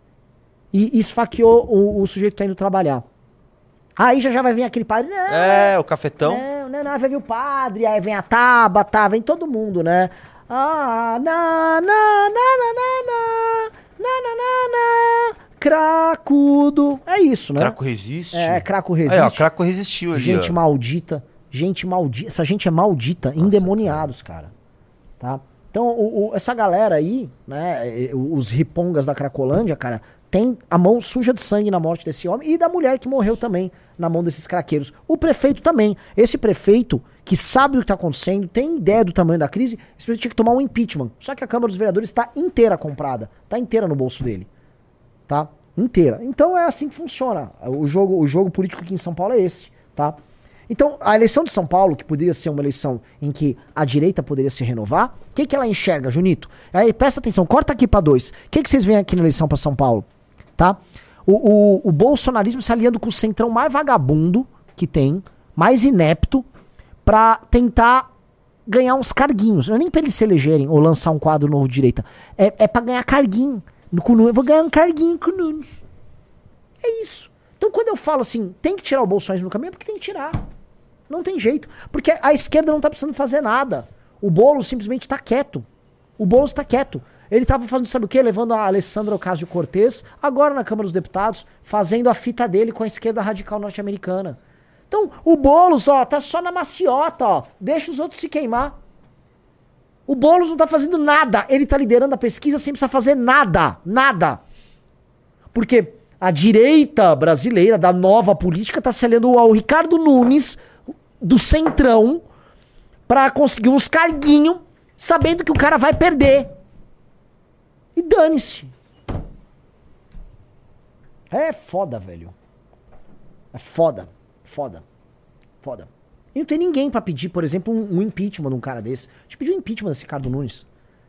e esfaqueou o, o sujeito que tá indo trabalhar. Aí já, já vai vir aquele padre. Não, é, o cafetão. Não, não, não, vai vir o padre, aí vem a Tabata, vem todo mundo, né? Ah, na, na, na, na, na, na, na, na, na, cracudo. É isso, né? Craco resiste? É, craco resiste. Aí, ó, craco resistiu ali. Gente ó. maldita. Gente maldita. Essa gente é maldita, Nossa, endemoniados, cara. Tá? Então, o, o, essa galera aí, né? Os ripongas da Cracolândia, cara, tem a mão suja de sangue na morte desse homem e da mulher que morreu também na mão desses craqueiros. O prefeito também. Esse prefeito, que sabe o que está acontecendo, tem ideia do tamanho da crise, esse prefeito tinha que tomar um impeachment. Só que a Câmara dos Vereadores está inteira comprada. Está inteira no bolso dele. Tá? Inteira. Então é assim que funciona. O jogo, o jogo político aqui em São Paulo é esse. Tá? Então, a eleição de São Paulo, que poderia ser uma eleição em que a direita poderia se renovar, o que, que ela enxerga, Junito? Aí, presta atenção, corta aqui para dois. O que, que vocês veem aqui na eleição para São Paulo? Tá? O, o, o bolsonarismo se aliando com o centrão mais vagabundo que tem, mais inepto, pra tentar ganhar uns carguinhos. Não é nem pra eles se elegerem ou lançar um quadro novo de direita. É, é pra ganhar carguinho. Com o Nunes. Eu vou ganhar um carguinho com o Nunes. É isso. Então quando eu falo assim, tem que tirar o bolsonarismo do caminho, é porque tem que tirar. Não tem jeito. Porque a esquerda não tá precisando fazer nada. O Boulos simplesmente tá quieto. O Boulos tá quieto. Ele tava fazendo, sabe o quê? Levando a Alessandra Ocasio-Cortez, agora na Câmara dos Deputados, fazendo a fita dele com a esquerda radical norte-americana. Então, o Boulos, ó, tá só na maciota, ó. Deixa os outros se queimar. O Boulos não tá fazendo nada. Ele tá liderando a pesquisa sem precisar fazer nada. Nada. Porque a direita brasileira, da nova política, tá se aliando ao Ricardo Nunes, do Centrão, pra conseguir uns carguinhos, sabendo que o cara vai perder. E dane-se. É foda, velho. É foda. Foda. Foda. E não tem ninguém pra pedir, por exemplo, um, um impeachment de um cara desse. A gente pediu impeachment desse Ricardo Nunes.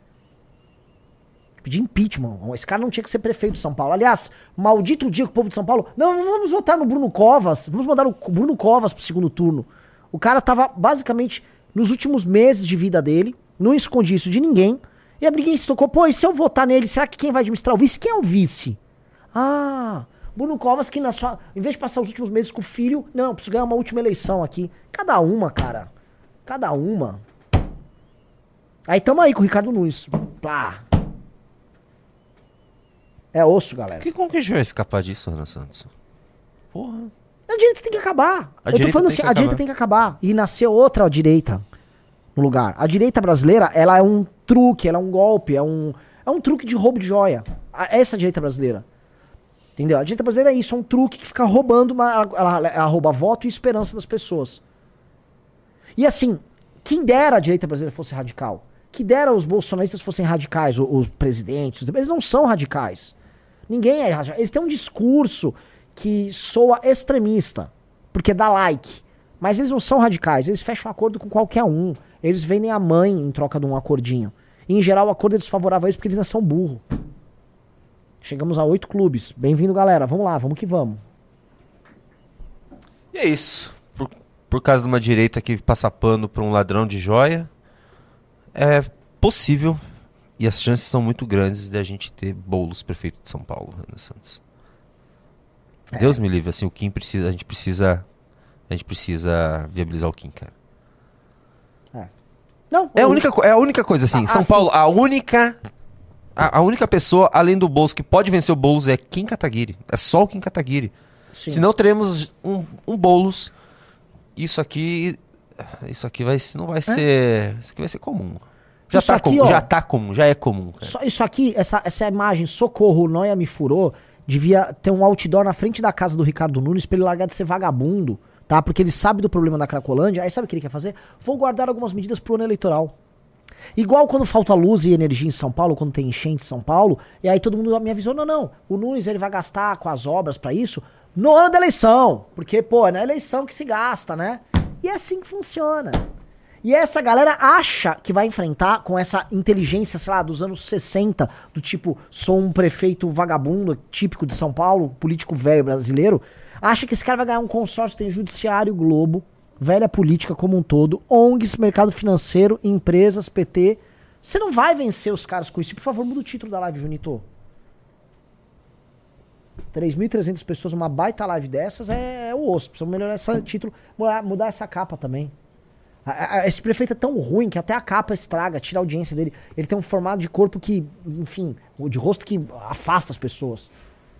Pedir impeachment. Esse cara não tinha que ser prefeito de São Paulo. Aliás, maldito dia que o povo de São Paulo... Não, vamos votar no Bruno Covas. Vamos mandar o Bruno Covas pro segundo turno. O cara tava, basicamente, nos últimos meses de vida dele, não escondia isso de ninguém. E a ninguém se tocou, pô, e se eu votar nele, será que quem vai administrar o vice? Quem é o vice? Ah, Bruno Covas, que na sua, em vez de passar os últimos meses com o filho, não, eu preciso ganhar uma última eleição aqui. Cada uma, cara. Cada uma. Aí tamo aí com o Ricardo Nunes. Plá. É osso, galera. Que, como que a gente vai escapar disso, Ana Santos? Porra. A direita tem que acabar. A eu tô falando assim, a acabar. direita tem que acabar. E nasceu outra direita no lugar. A direita brasileira, ela é um truque, ela é um golpe, é um, é um truque de roubo de joia. Essa é a direita brasileira. Entendeu? A direita brasileira é isso, é um truque que fica roubando, uma, ela, ela, ela rouba voto e esperança das pessoas. E assim, quem dera a direita brasileira fosse radical, que dera os bolsonaristas fossem radicais, os, os presidentes, eles não são radicais. Ninguém é radical. Eles têm um discurso que soa extremista, porque dá like. Mas eles não são radicais, eles fecham um acordo com qualquer um. Eles vendem a mãe em troca de um acordinho. E em geral o acordo é desfavorável a eles porque eles não são burros. Chegamos a oito clubes. Bem-vindo, galera. Vamos lá, vamos que vamos. E é isso. Por, por causa de uma direita que passa pano pra um ladrão de joia, é possível, e as chances são muito grandes, de a gente ter Boulos prefeito de São Paulo, Ana Santos. É. Deus me livre, assim, o Kim precisa, a gente precisa, a gente precisa viabilizar o Kim, cara. É. Não, é, a única, é a única coisa, assim, ah, São ah, Paulo, sim. a única... A, a única pessoa, além do Boulos, que pode vencer o Boulos é Kim Kataguiri. É só o Kim Kataguiri. Sim. Se não teremos um, um Boulos, isso aqui... Isso aqui vai, não vai é? ser... Isso aqui vai ser comum. Já Isso tá aqui, comum, ó. já tá comum, já é comum, cara. Só isso aqui, essa, essa imagem, socorro, Noia me furou, devia ter um outdoor na frente da casa do Ricardo Nunes pra ele largar de ser vagabundo, tá? Porque ele sabe do problema da Cracolândia, aí sabe o que ele quer fazer? Vou guardar algumas medidas pro ano eleitoral. Igual quando falta luz e energia em São Paulo, quando tem enchente em São Paulo, e aí todo mundo me avisou, não, não, o Nunes ele vai gastar com as obras pra isso no ano da eleição, porque, pô, é na eleição que se gasta, né? E é assim que funciona. E essa galera acha que vai enfrentar com essa inteligência, sei lá, dos anos sessenta, do tipo, sou um prefeito vagabundo, típico de São Paulo, político velho brasileiro, acha que esse cara vai ganhar um consórcio, tem judiciário, Globo, velha política como um todo, O N Gs, mercado financeiro, empresas, P T. Você não vai vencer os caras com isso. Por favor, muda o título da live, Junito. três mil e trezentas pessoas, uma baita live dessas é, é o osso. Precisa melhorar esse título, mudar, mudar essa capa também. Esse prefeito é tão ruim que até a capa estraga, tira a audiência dele. Ele tem um formato de corpo que, enfim, de rosto que afasta as pessoas.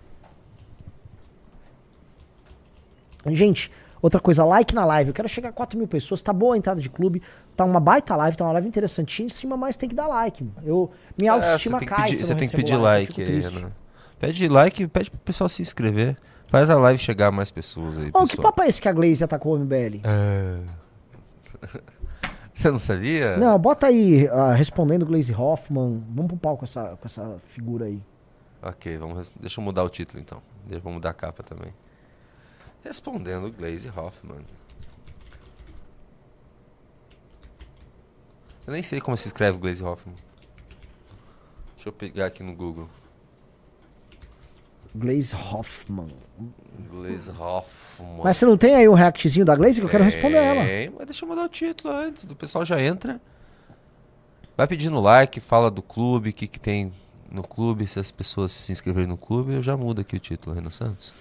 Gente, outra coisa, like na live. Eu quero chegar a quatro mil pessoas. Tá boa a entrada de clube, tá uma baita live, tá uma live interessantíssima, mas tem que dar like. Eu, minha autoestima é, cai. Pedir, se eu você não tem que recebo pedir like, like aí, Renan. Pede like, pede pro pessoal se inscrever. Faz a live chegar a mais pessoas aí, Ô, pessoal. que papo é esse que a Glaze atacou o M B L? É... Você não sabia? Não, bota aí, uh, respondendo Glaze Hoffman. Vamos pro pau com essa, com essa figura aí. Ok, vamos, deixa eu mudar o título então. Deixa eu mudar a capa também. Respondendo Glaze Hoffman. Eu nem sei como se escreve Glaze Hoffman. Deixa eu pegar aqui no Google. Glaze Hoffman. Glaze Hoffman. Mas você não tem aí um reactzinho da Glaze que eu quero responder ela? Tem, mas deixa eu mudar o título antes. O pessoal já entra. Vai pedindo like, fala do clube, o que, que tem no clube. Se as pessoas se inscreverem no clube, eu já mudo aqui o título, Renan Santos.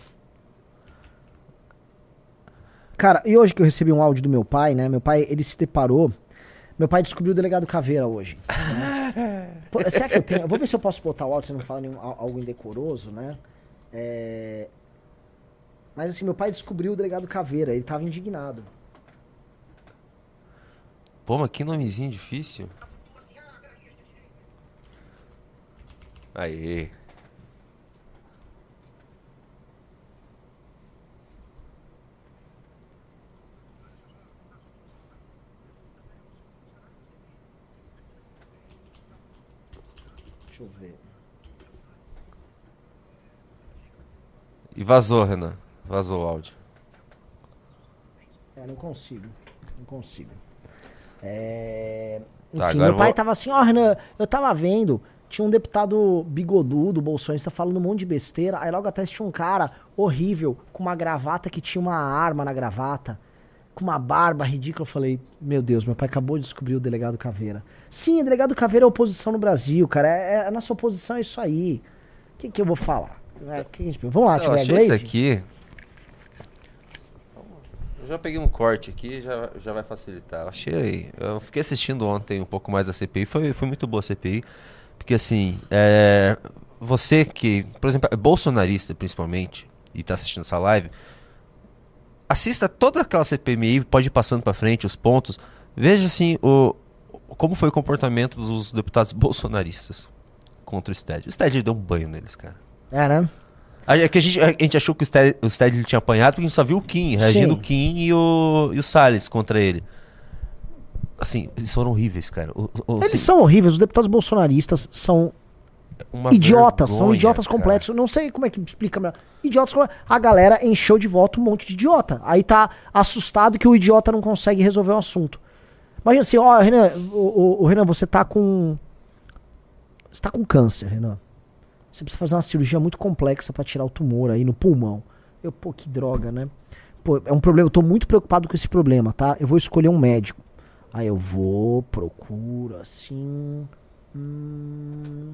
Cara, e hoje que eu recebi um áudio do meu pai, né? Meu pai, ele se deparou... Meu pai descobriu o delegado Caveira hoje. Né? Pô, será que eu tenho... Eu vou ver se eu posso botar o áudio, se não fala nenhum, algo indecoroso, né? É... Mas assim, meu pai descobriu o delegado Caveira. Ele tava indignado. Pô, mas que nomezinho difícil. Aê. Deixa eu ver. E vazou, Renan. Vazou o áudio. É, não consigo. Não consigo. É... Tá, Enfim, meu pai vou... tava assim, ó, oh, Renan, eu tava vendo, tinha um deputado bigodudo, bolsonarista, falando um monte de besteira, aí logo atrás tinha um cara horrível, com uma gravata que tinha uma arma na gravata, com uma barba ridícula. Eu falei, meu Deus, meu pai acabou de descobrir o delegado Caveira. Sim, o delegado Caveira é oposição no Brasil, cara, é, é, a nossa oposição é isso aí. O que que eu vou falar? É, que que Vamos lá, Não, tiver achei Glaze? isso aqui... Eu já peguei um corte aqui, já, já vai facilitar. Eu achei. Eu fiquei assistindo ontem um pouco mais da C P I, foi, foi muito boa a C P I. Porque assim, é, você que, por exemplo, é bolsonarista principalmente, e tá assistindo essa live, assista toda aquela C P M I, pode ir passando pra frente os pontos, veja assim, o, como foi o comportamento dos deputados bolsonaristas contra o Stedley. O Stedley deu um banho neles, cara. É, né? É que a gente, a gente achou que o Stedley, o Stedley tinha apanhado porque a gente só viu o Kim, reagindo o Kim e o, e o Salles contra ele. Assim, eles foram horríveis, cara. O, o, Eles assim, são horríveis, os deputados bolsonaristas são uma idiotas, são vergonha, idiotas cara. completos. Eu não sei como é que explica melhor. Idiotas completos. A galera encheu de voto um monte de idiota. Aí tá assustado que o idiota não consegue resolver o assunto. Imagina assim, ó, Renan, o, o, o Renan, você tá com... Você tá com câncer, Renan. Você precisa fazer uma cirurgia muito complexa pra tirar o tumor aí no pulmão. Eu, pô, que droga, né? Pô, é um problema, eu tô muito preocupado com esse problema, tá? Eu vou escolher um médico. Aí eu vou, procuro, assim... Hum,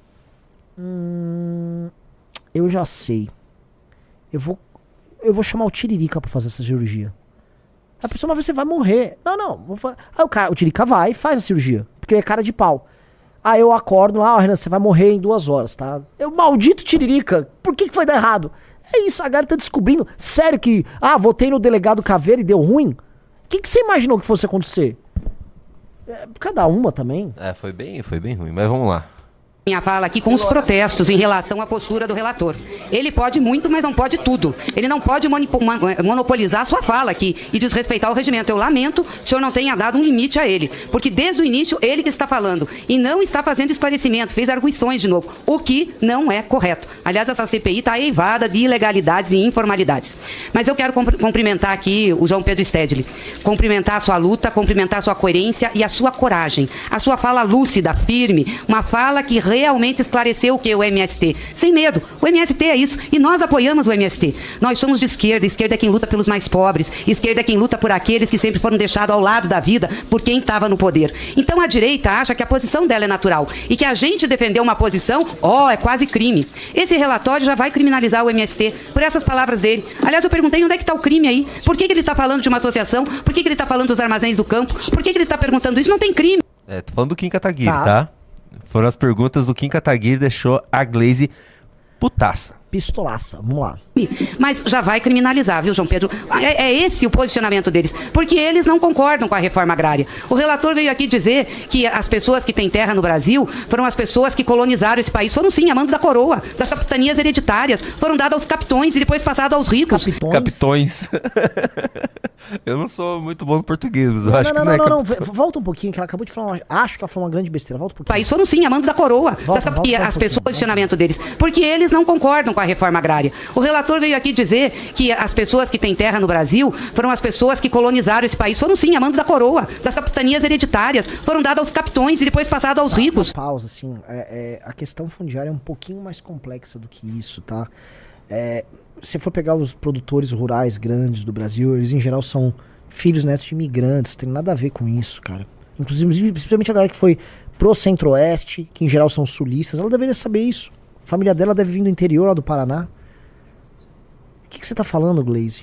hum, eu já sei. Eu vou, eu vou chamar o Tiririca pra fazer essa cirurgia. A pessoa, mas você vai morrer. Não, não. Vou fa... Aí o, cara, o Tiririca vai e faz a cirurgia. Porque é cara de pau. Aí eu acordo lá, ó, Renan, você vai morrer em duas horas, tá? Eu, maldito Tiririca, por que que foi dar errado? É isso, a galera tá descobrindo. Sério que, ah, votei no delegado Caveira e deu ruim? O que que você imaginou que fosse acontecer? É, cada uma também. É, foi bem, foi bem ruim, mas vamos lá. Minha fala aqui com os protestos em relação à postura do relator. Ele pode muito, mas não pode tudo. Ele não pode monopolizar a sua fala aqui e desrespeitar o regimento. Eu lamento que o senhor não tenha dado um limite a ele, porque desde o início ele que está falando e não está fazendo esclarecimento, fez arguições de novo, o que não é correto. Aliás, essa C P I está eivada de ilegalidades e informalidades. Mas eu quero cumprimentar aqui o João Pedro Stedley, cumprimentar a sua luta, cumprimentar a sua coerência e a sua coragem, a sua fala lúcida, firme, uma fala que realmente esclareceu o que é o M S T. Sem medo. O M S T é isso. E nós apoiamos o M S T. Nós somos de esquerda. Esquerda é quem luta pelos mais pobres. Esquerda é quem luta por aqueles que sempre foram deixados ao lado da vida por quem estava no poder. Então a direita acha que a posição dela é natural. E que a gente defender uma posição, ó, oh, é quase crime. Esse relatório já vai criminalizar o M S T por essas palavras dele. Aliás, eu perguntei onde é que está o crime aí. Por que, que ele está falando de uma associação? Por que, que ele está falando dos armazéns do campo? Por que, que ele está perguntando isso? Não tem crime. É, tô falando do Kim Kataguiri, tá? Tá. Foram as perguntas do Kim Kataguiri, deixou a Glaze putaça. Pistolaça, vamos lá. Mas já vai criminalizar, viu, João Pedro? É, é esse o posicionamento deles, porque eles não concordam com a reforma agrária. O relator veio aqui dizer que as pessoas que têm terra no Brasil foram as pessoas que colonizaram esse país. Foram sim, a mando da coroa, das capitanias hereditárias. Foram dadas aos capitões e depois passado aos ricos. Capitões? Capitões. Eu não sou muito bom no português, mas eu Não, acho não, que não, não, não, é não, capitão. não. Volta um pouquinho, que ela acabou de falar uma... Acho que ela falou uma grande besteira. Volta um pouquinho. País foram sim, a mando da coroa. Volta, das, volta, e volta as um pessoas, o pouquinho. posicionamento deles, porque eles não concordam com a reforma agrária. O relator veio aqui dizer que as pessoas que têm terra no Brasil foram as pessoas que colonizaram esse país. Foram sim, a mando da coroa, das capitanias hereditárias. Foram dadas aos capitões e depois passado aos ricos. Pausa, assim, é, é, a questão fundiária é um pouquinho mais complexa do que isso, tá? É, se for pegar os produtores rurais grandes do Brasil, eles em geral são filhos, netos de imigrantes, tem nada a ver com isso, cara. Inclusive, principalmente a galera que foi pro centro-oeste, que em geral são sulistas, ela deveria saber isso. A família dela deve vir do interior lá do Paraná. O que, que você tá falando, Glaze?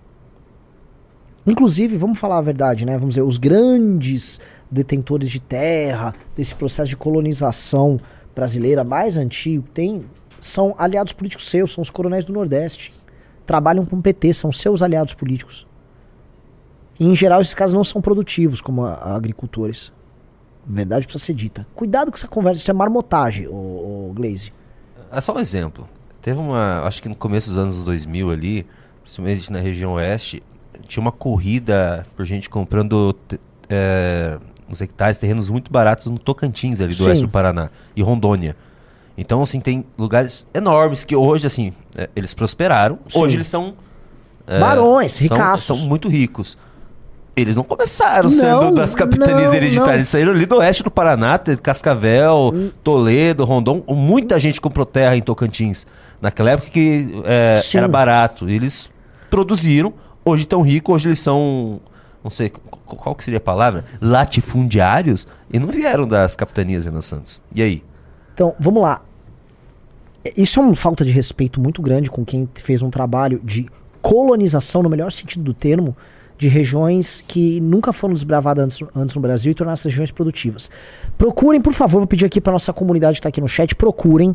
Inclusive, vamos falar a verdade, né? Vamos dizer, os grandes detentores de terra, desse processo de colonização brasileira mais antigo, tem, são aliados políticos seus, são os coronéis do Nordeste. Trabalham com o P T, são seus aliados políticos. E, em geral, esses caras não são produtivos como a, a agricultores. A verdade precisa ser dita. Cuidado com essa conversa, isso é marmotagem, ô, ô Glaze. É só um exemplo. Teve uma, acho que no começo dos anos dois mil ali, principalmente na região oeste, tinha uma corrida por gente comprando é, uns hectares, terrenos muito baratos no Tocantins ali do Sim. oeste do Paraná e Rondônia. Então, assim, tem lugares enormes que hoje, assim, é, eles prosperaram. Sim. Hoje eles são... é, Barões, são- ricaços. São muito ricos. Eles não começaram Não, sendo das capitanias não, hereditárias. não. Eles saíram ali do oeste do Paraná, teve Cascavel, Toledo, Rondon. Muita gente comprou terra em Tocantins. Naquela época que é, Sim. era barato. Eles produziram, hoje estão ricos, hoje eles são, não sei, qual, qual que seria a palavra? Latifundiários, e não vieram das capitanias Renan Santos. E aí? Então, vamos lá. Isso é uma falta de respeito muito grande com quem fez um trabalho de colonização, no melhor sentido do termo, de regiões que nunca foram desbravadas antes, antes no Brasil e tornar essas regiões produtivas. Procurem, por favor, vou pedir aqui para nossa comunidade que está aqui no chat, procurem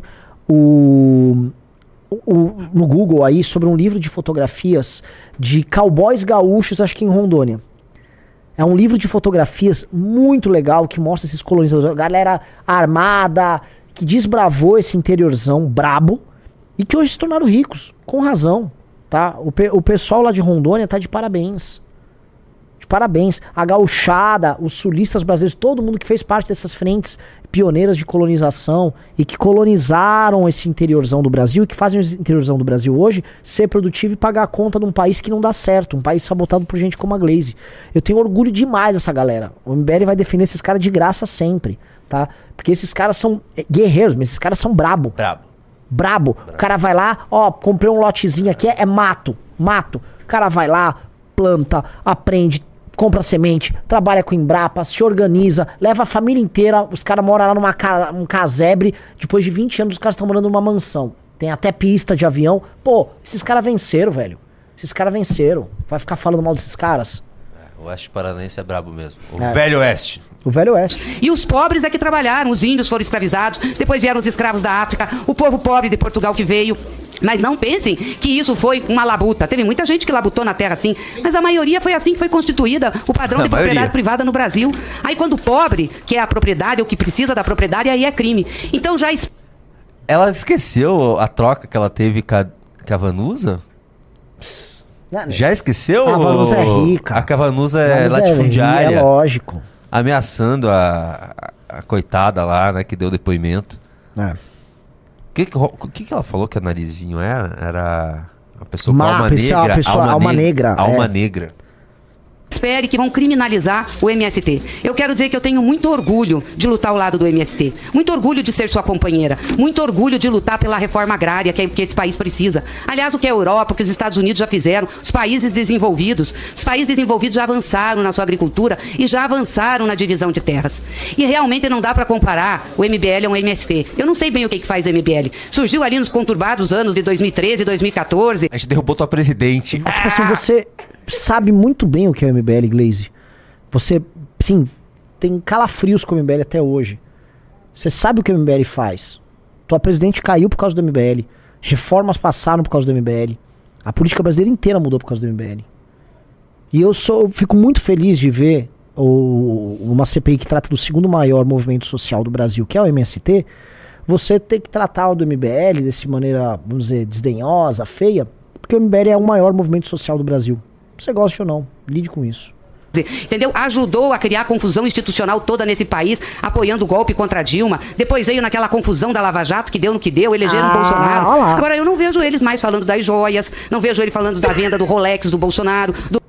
o, o, no Google aí sobre um livro de fotografias de cowboys gaúchos, acho que em Rondônia. É um livro de fotografias muito legal que mostra esses colonizadores, galera armada, que desbravou esse interiorzão brabo e que hoje se tornaram ricos, com razão, tá? O, pe o pessoal lá de Rondônia tá de parabéns. De parabéns. A gauchada, os sulistas brasileiros, todo mundo que fez parte dessas frentes pioneiras de colonização e que colonizaram esse interiorzão do Brasil e que fazem o interiorzão do Brasil hoje ser produtivo e pagar a conta de um país que não dá certo, um país sabotado por gente como a Glaze. Eu tenho orgulho demais dessa galera. O M B L vai defender esses caras de graça sempre, tá? Porque esses caras são guerreiros, mas esses caras são brabo. Brabo. Brabo. Brabo. O cara vai lá, ó, comprei um lotezinho aqui, é, é mato, mato. O cara vai lá, planta, aprende, compra semente, trabalha com Embrapa, se organiza, leva a família inteira, os caras moram lá numa ca um casebre, depois de vinte anos os caras estão morando numa mansão. Tem até pista de avião. Pô, esses caras venceram, velho. Esses caras venceram. Vai ficar falando mal desses caras? É, o oeste paranaense é brabo mesmo. O É. velho oeste. O velho oeste. E os pobres é que trabalharam, os índios foram escravizados, depois vieram os escravos da África, o povo pobre de Portugal que veio. Mas não pensem que isso foi uma labuta. Teve muita gente que labutou na terra assim, mas a maioria foi assim que foi constituída o padrão A de maioria. propriedade privada no Brasil. Aí quando o pobre quer a propriedade, ou que precisa da propriedade, aí é crime. Então já... es- Ela esqueceu a troca que ela teve com a, com a Vanusa? Já esqueceu? A Vanusa é rica. A Vanusa é Mas latifundiária. É lógico. Ameaçando a, a, a coitada lá, né, que deu depoimento. É. O que, que, o que que ela falou que a narizinho era? Era a pessoa com Ma- alma pessoa- negra. pessoa- alma ne- negra, Alma é. negra. Espere que vão criminalizar o M S T. Eu quero dizer que eu tenho muito orgulho de lutar ao lado do M S T. Muito orgulho de ser sua companheira. Muito orgulho de lutar pela reforma agrária que, que esse país precisa. Aliás, o que a Europa, o que os Estados Unidos já fizeram, os países desenvolvidos. Os países desenvolvidos já avançaram na sua agricultura e já avançaram na divisão de terras. E realmente não dá para comparar o M B L ao M S T. Eu não sei bem o que, que faz o M B L. Surgiu ali nos conturbados anos de dois mil e treze e dois mil e quatorze. A gente derrubou tua presidente. Tipo assim, você sabe muito bem o que é o M B L, Glaze. Você, sim, tem calafrios com o M B L até hoje. Você sabe o que o M B L faz. Tua presidente caiu por causa do M B L. Reformas passaram por causa do M B L. A política brasileira inteira mudou por causa do M B L. E eu, sou, eu fico muito feliz de ver o, uma C P I que trata do segundo maior movimento social do Brasil, que é o M S T, você ter que tratar o do M B L dessa maneira, vamos dizer, desdenhosa, feia, porque o M B L é o maior movimento social do Brasil. Você gosta ou não, lide com isso. Entendeu? Ajudou a criar a confusão institucional toda nesse país, apoiando o golpe contra a Dilma. Depois veio naquela confusão da Lava Jato, que deu no que deu, elegeram Ah, o Bolsonaro. olha lá. Agora, eu não vejo eles mais falando das joias, não vejo ele falando da venda do Rolex do Bolsonaro, do...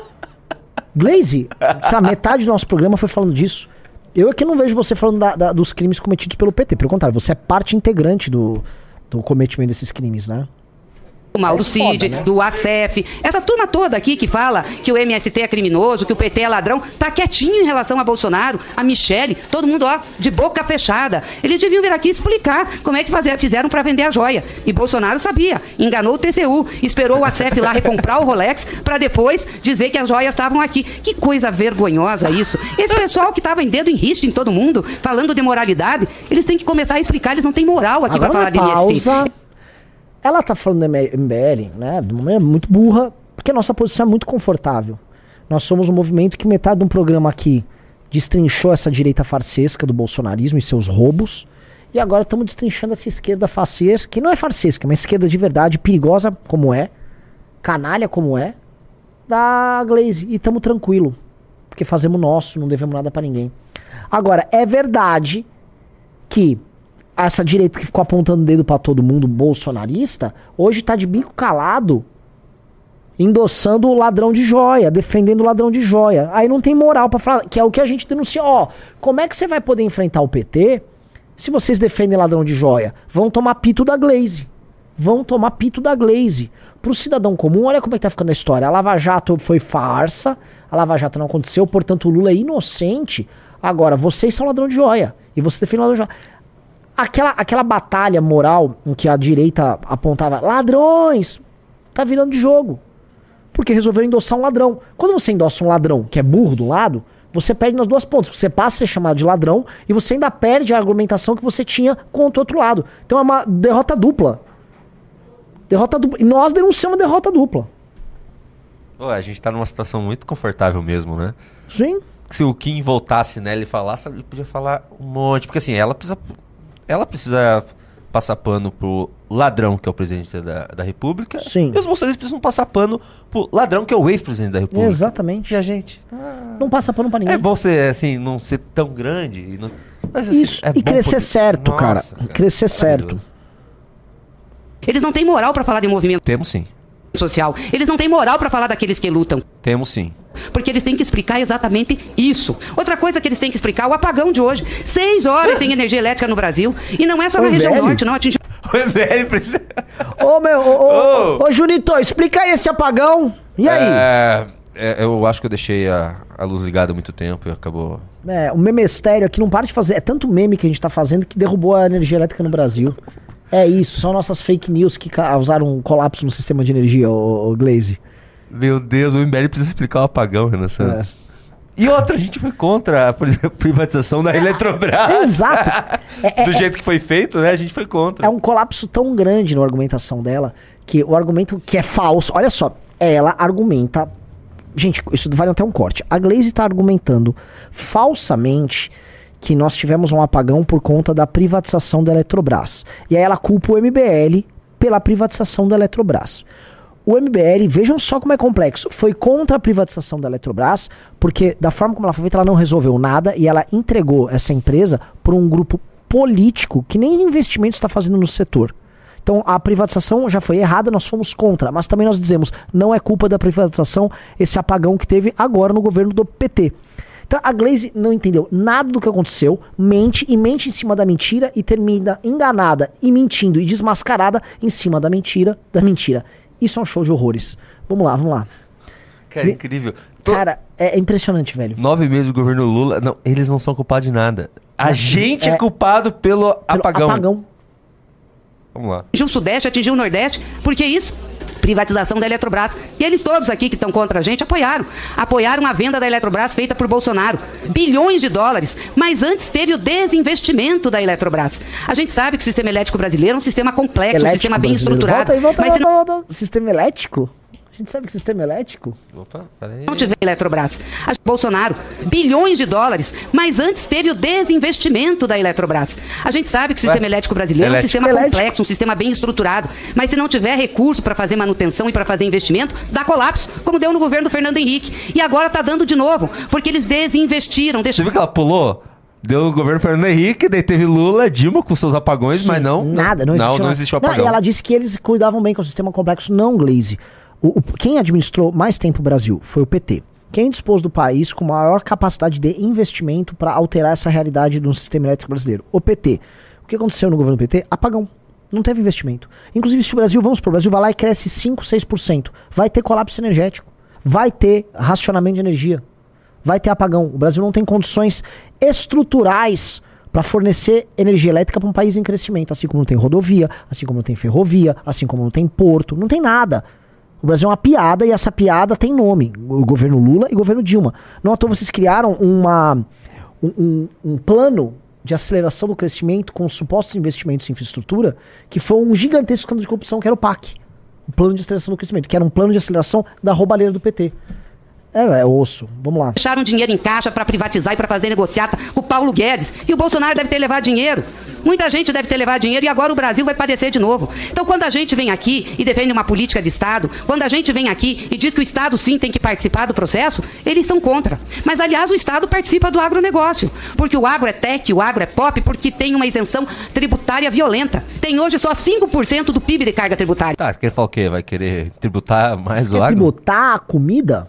Glaze, sabe, metade do nosso programa foi falando disso. Eu aqui não vejo você falando da- da- dos crimes cometidos pelo P T. Pelo contrário, você é parte integrante do, do cometimento desses crimes, né? do Mauro É foda, Cid, né? do A C F, essa turma toda aqui que fala que o M S T é criminoso, que o P T é ladrão, tá quietinho em relação a Bolsonaro, a Michele, todo mundo, ó, de boca fechada. Eles deviam vir aqui explicar como é que fazer, fizeram para vender a joia. E Bolsonaro sabia, enganou o T C U, esperou o A C F lá recomprar o Rolex para depois dizer que as joias estavam aqui. Que coisa vergonhosa isso. Esse pessoal que tava em dedo em riste em todo mundo, falando de moralidade, eles têm que começar a explicar, eles não têm moral aqui para falar de M S T. pausa. Ela tá falando do M B L, né, de uma maneira muito burra, porque a nossa posição é muito confortável. Nós somos um movimento que metade de um programa aqui destrinchou essa direita farsesca do bolsonarismo e seus roubos, e agora estamos destrinchando essa esquerda farsesca, que não é farsesca, é uma esquerda de verdade, perigosa como é, canalha como é, da Glaze. E estamos tranquilo, porque fazemos nosso, não devemos nada pra ninguém. Agora, é verdade que essa direita que ficou apontando o dedo pra todo mundo, bolsonarista, hoje tá de bico calado, endossando o ladrão de joia, defendendo o ladrão de joia. Aí não tem moral pra falar, que é o que a gente denuncia. Ó, como é que você vai poder enfrentar o P T se vocês defendem ladrão de joia? Vão tomar pito da Glaze. Vão tomar pito da Glaze. Pro cidadão comum, olha como é que tá ficando a história. A Lava Jato foi farsa, a Lava Jato não aconteceu, portanto o Lula é inocente. Agora, vocês são ladrão de joia. E você defende ladrão de joia. Aquela, aquela batalha moral em que a direita apontava ladrões, tá virando de jogo. Porque resolveram endossar um ladrão. Quando você endossa um ladrão que é burro do lado, você perde nas duas pontas. Você passa a ser chamado de ladrão e você ainda perde a argumentação que você tinha contra o outro lado. Então é uma derrota dupla. Derrota dupla. E nós denunciamos derrota dupla. Pô, a gente tá numa situação muito confortável mesmo, né? Sim. Se o Kim voltasse nela e falasse, ele podia falar um monte. Porque assim, ela precisa, ela precisa passar pano pro ladrão, que é o presidente da, da República. Sim. E os bolsonaristas precisam passar pano pro ladrão, que é o ex-presidente da República. Exatamente. E a gente? Não passa pano pra ninguém. É bom ser, assim, não ser tão grande. E não... Mas, assim, Isso, é e bom crescer poder- certo, cara. Nossa, Crescer certo. maravilhoso. Eles não têm moral para falar de movimento Temos sim. social. Eles não têm moral para falar daqueles que lutam. Temos sim. Porque eles têm que explicar exatamente isso. Outra coisa que eles têm que explicar é o apagão de hoje. Seis horas sem energia elétrica no Brasil. E não é só na Ô, região velho. norte, não. Atingiu O M B L precisa... Ô, meu, ô, ô, Ô. ô, Junito, explica aí esse apagão. E aí? É, é, eu acho que eu deixei a, a luz ligada há muito tempo e acabou... É, o memestério aqui não para de fazer. É tanto meme que a gente tá fazendo que derrubou a energia elétrica no Brasil. É isso, são nossas fake news que causaram um colapso no sistema de energia, ô, ô Glaze. Meu Deus, o M B L precisa explicar o apagão, Renan Santos. E outra, a gente foi contra a privatização da Eletrobras. Exato. É, Do é, jeito que foi feito, né? A gente foi contra. É um colapso tão grande na argumentação dela, que o argumento que é falso... Olha só, ela argumenta... Gente, isso vale até um corte. A Glaze está argumentando falsamente que nós tivemos um apagão por conta da privatização da Eletrobras. E aí ela culpa o M B L pela privatização da Eletrobras. O M B L, vejam só como é complexo, foi contra a privatização da Eletrobras, porque da forma como ela foi feita, ela não resolveu nada e ela entregou essa empresa para um grupo político que nem investimento está fazendo no setor. Então a privatização já foi errada, nós fomos contra, mas também nós dizemos, não é culpa da privatização esse apagão que teve agora no governo do P T. Então a Glaze não entendeu nada do que aconteceu, mente e mente em cima da mentira e termina enganada e mentindo e desmascarada em cima da mentira, da mentira. Isso é um show de horrores. Vamos lá, vamos lá. Cara, Me... incrível. Cara, é, é impressionante, velho. Nove meses do governo Lula, não, eles não são culpados de nada. A Mas, gente é, é culpado pelo, pelo apagão. apagão. Vamos lá. Atingiu o Sudeste, atingiu o Nordeste. Por que isso? Privatização da Eletrobras. E eles todos aqui que estão contra a gente apoiaram. Apoiaram a venda da Eletrobras feita por Bolsonaro. Bilhões de dólares. Mas antes teve o desinvestimento da Eletrobras. A gente sabe que o sistema elétrico brasileiro é um sistema complexo, Elétrico um sistema bem brasileiro. estruturado. Volta aí, volta, mas volta, se não... volta. Sistema elétrico? A gente sabe que sistema elétrico... Opa, peraí. não tiver Eletrobras. A Bolsonaro, bilhões de dólares, mas antes teve o desinvestimento da Eletrobras. A gente sabe que o sistema Ué? elétrico brasileiro é um Elétrico. sistema Elétrico. complexo, um sistema bem estruturado, mas se não tiver recurso para fazer manutenção e para fazer investimento, dá colapso, como deu no governo do Fernando Henrique. E agora está dando de novo, porque eles desinvestiram. Você Deixaram... viu que ela pulou? Deu o governo Fernando Henrique, daí teve Lula, Dilma com seus apagões, Sim, mas não... Nada, não não, existiu. não nada. existe o Não, apagão. e ela disse que eles cuidavam bem com o sistema complexo. Não, Glaze. O, o, quem administrou mais tempo o Brasil foi o P T. Quem dispôs do país com maior capacidade de investimento para alterar essa realidade do sistema elétrico brasileiro? O P T. O que aconteceu no governo P T? Apagão. Não teve investimento. Inclusive, se o Brasil, vamos pro Brasil, vai lá e cresce cinco, seis por cento. Vai ter colapso energético. Vai ter racionamento de energia. Vai ter apagão. O Brasil não tem condições estruturais para fornecer energia elétrica para um país em crescimento. Assim como não tem rodovia, assim como não tem ferrovia, assim como não tem porto. Não tem nada. O Brasil é uma piada e essa piada tem nome. O governo Lula e o governo Dilma. Não à toa vocês criaram uma, um, um, um plano de aceleração do crescimento com supostos investimentos em infraestrutura que foi um gigantesco escândalo de corrupção, que era o P A C. O plano de aceleração do crescimento, que era um plano de aceleração da roubalheira do P T. É, é osso. Vamos lá. Deixaram dinheiro em caixa para privatizar e para fazer negociata com o Paulo Guedes. E o Bolsonaro deve ter levado dinheiro. Muita gente deve ter levado dinheiro e agora o Brasil vai padecer de novo. Então, quando a gente vem aqui e defende uma política de Estado, quando a gente vem aqui e diz que o Estado sim tem que participar do processo, eles são contra. Mas, aliás, o Estado participa do agronegócio. Porque o agro é tech, o agro é pop, porque tem uma isenção tributária violenta. Tem hoje só cinco por cento do P I B de carga tributária. Tá, quer falar o quê? Vai querer tributar mais Você o quer agro? tributar a comida?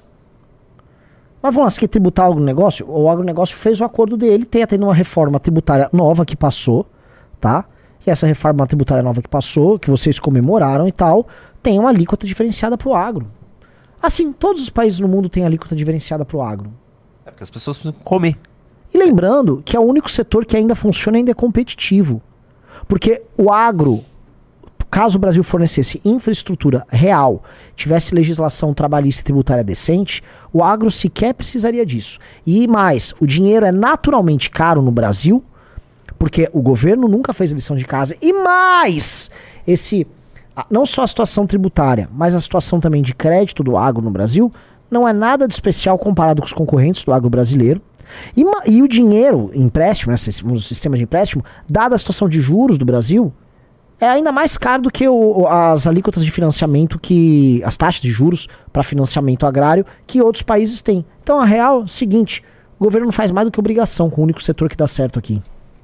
Mas vamos lá, você quer tributar o agronegócio? O agronegócio fez o acordo dele, tem até uma reforma tributária nova que passou, tá? E essa reforma tributária nova que passou, que vocês comemoraram e tal, tem uma alíquota diferenciada pro agro. Assim, todos os países no mundo têm alíquota diferenciada pro agro. É porque as pessoas precisam comer. E lembrando que é o único setor que ainda funciona e ainda é competitivo. Porque o agro, caso o Brasil fornecesse infraestrutura real, tivesse legislação trabalhista e tributária decente, o agro sequer precisaria disso. E mais, o dinheiro é naturalmente caro no Brasil, porque o governo nunca fez a lição de casa. E mais, esse, não só a situação tributária, mas a situação também de crédito do agro no Brasil, não é nada de especial comparado com os concorrentes do agro brasileiro. E, e o dinheiro, empréstimo, né, o sistema de empréstimo, dada a situação de juros do Brasil, é ainda mais caro do que o, as alíquotas de financiamento, que as taxas de juros para financiamento agrário que outros países têm. Então a real é o seguinte, o governo não faz mais do que obrigação com o único setor que dá certo aqui.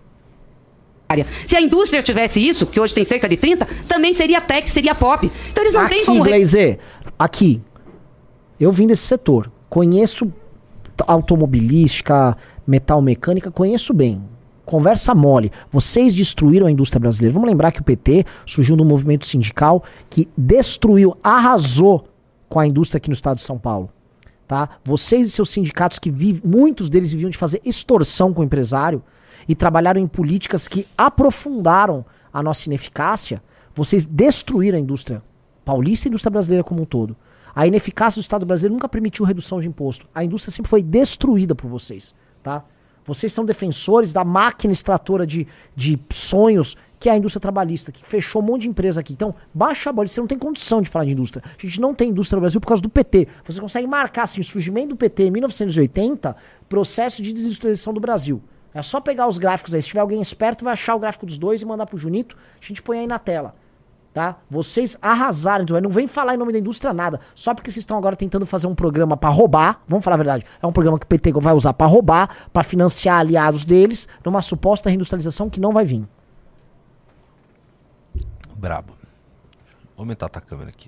Se a indústria tivesse isso, que hoje tem cerca de trinta, também seria tech, seria pop. Então eles não Aqui, têm como... Glaze, aqui, eu vim desse setor, conheço automobilística, metal mecânica, conheço bem. Conversa mole. Vocês destruíram a indústria brasileira. Vamos lembrar que o P T surgiu num movimento sindical que destruiu, arrasou com a indústria aqui no estado de São Paulo. Tá? Vocês e seus sindicatos, que vivem, muitos deles viviam de fazer extorsão com o empresário e trabalharam em políticas que aprofundaram a nossa ineficácia, vocês destruíram a indústria paulista e a indústria brasileira como um todo. A ineficácia do Estado brasileiro nunca permitiu redução de imposto. A indústria sempre foi destruída por vocês, tá? Vocês são defensores da máquina extratora de, de sonhos, que é a indústria trabalhista, que fechou um monte de empresa aqui. Então, baixa a bola, você não tem condição de falar de indústria. A gente não tem indústria no Brasil por causa do P T. Você consegue marcar, assim, o surgimento do P T em mil novecentos e oitenta, processo de desindustrialização do Brasil. É só pegar os gráficos aí. Se tiver alguém esperto, vai achar o gráfico dos dois e mandar pro Junito. A gente põe aí na tela. Tá? Vocês arrasaram. Então, não vem falar em nome da indústria nada. Só porque vocês estão agora tentando fazer um programa pra roubar. Vamos falar a verdade. É um programa que o P T vai usar pra roubar, pra financiar aliados deles, numa suposta reindustrialização que não vai vir. Brabo. Vou aumentar a câmera aqui.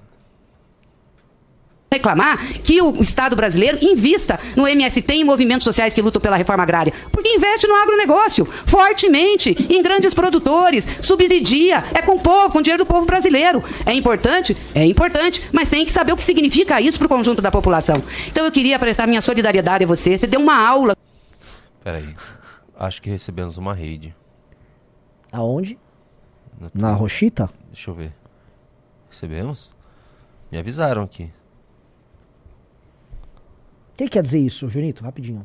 Reclamar que o Estado brasileiro invista no M S T e em movimentos sociais que lutam pela reforma agrária. Porque investe no agronegócio, fortemente, em grandes produtores, subsidia, é com o povo, com o dinheiro do povo brasileiro. É importante? É importante, mas tem que saber o que significa isso para o conjunto da população. Então eu queria prestar minha solidariedade a você. Você deu uma aula. Peraí, acho que recebemos uma rede. Aonde? No Na Rochita? Deixa eu ver. Recebemos? Me avisaram aqui. O que quer dizer isso, Junito? Rapidinho.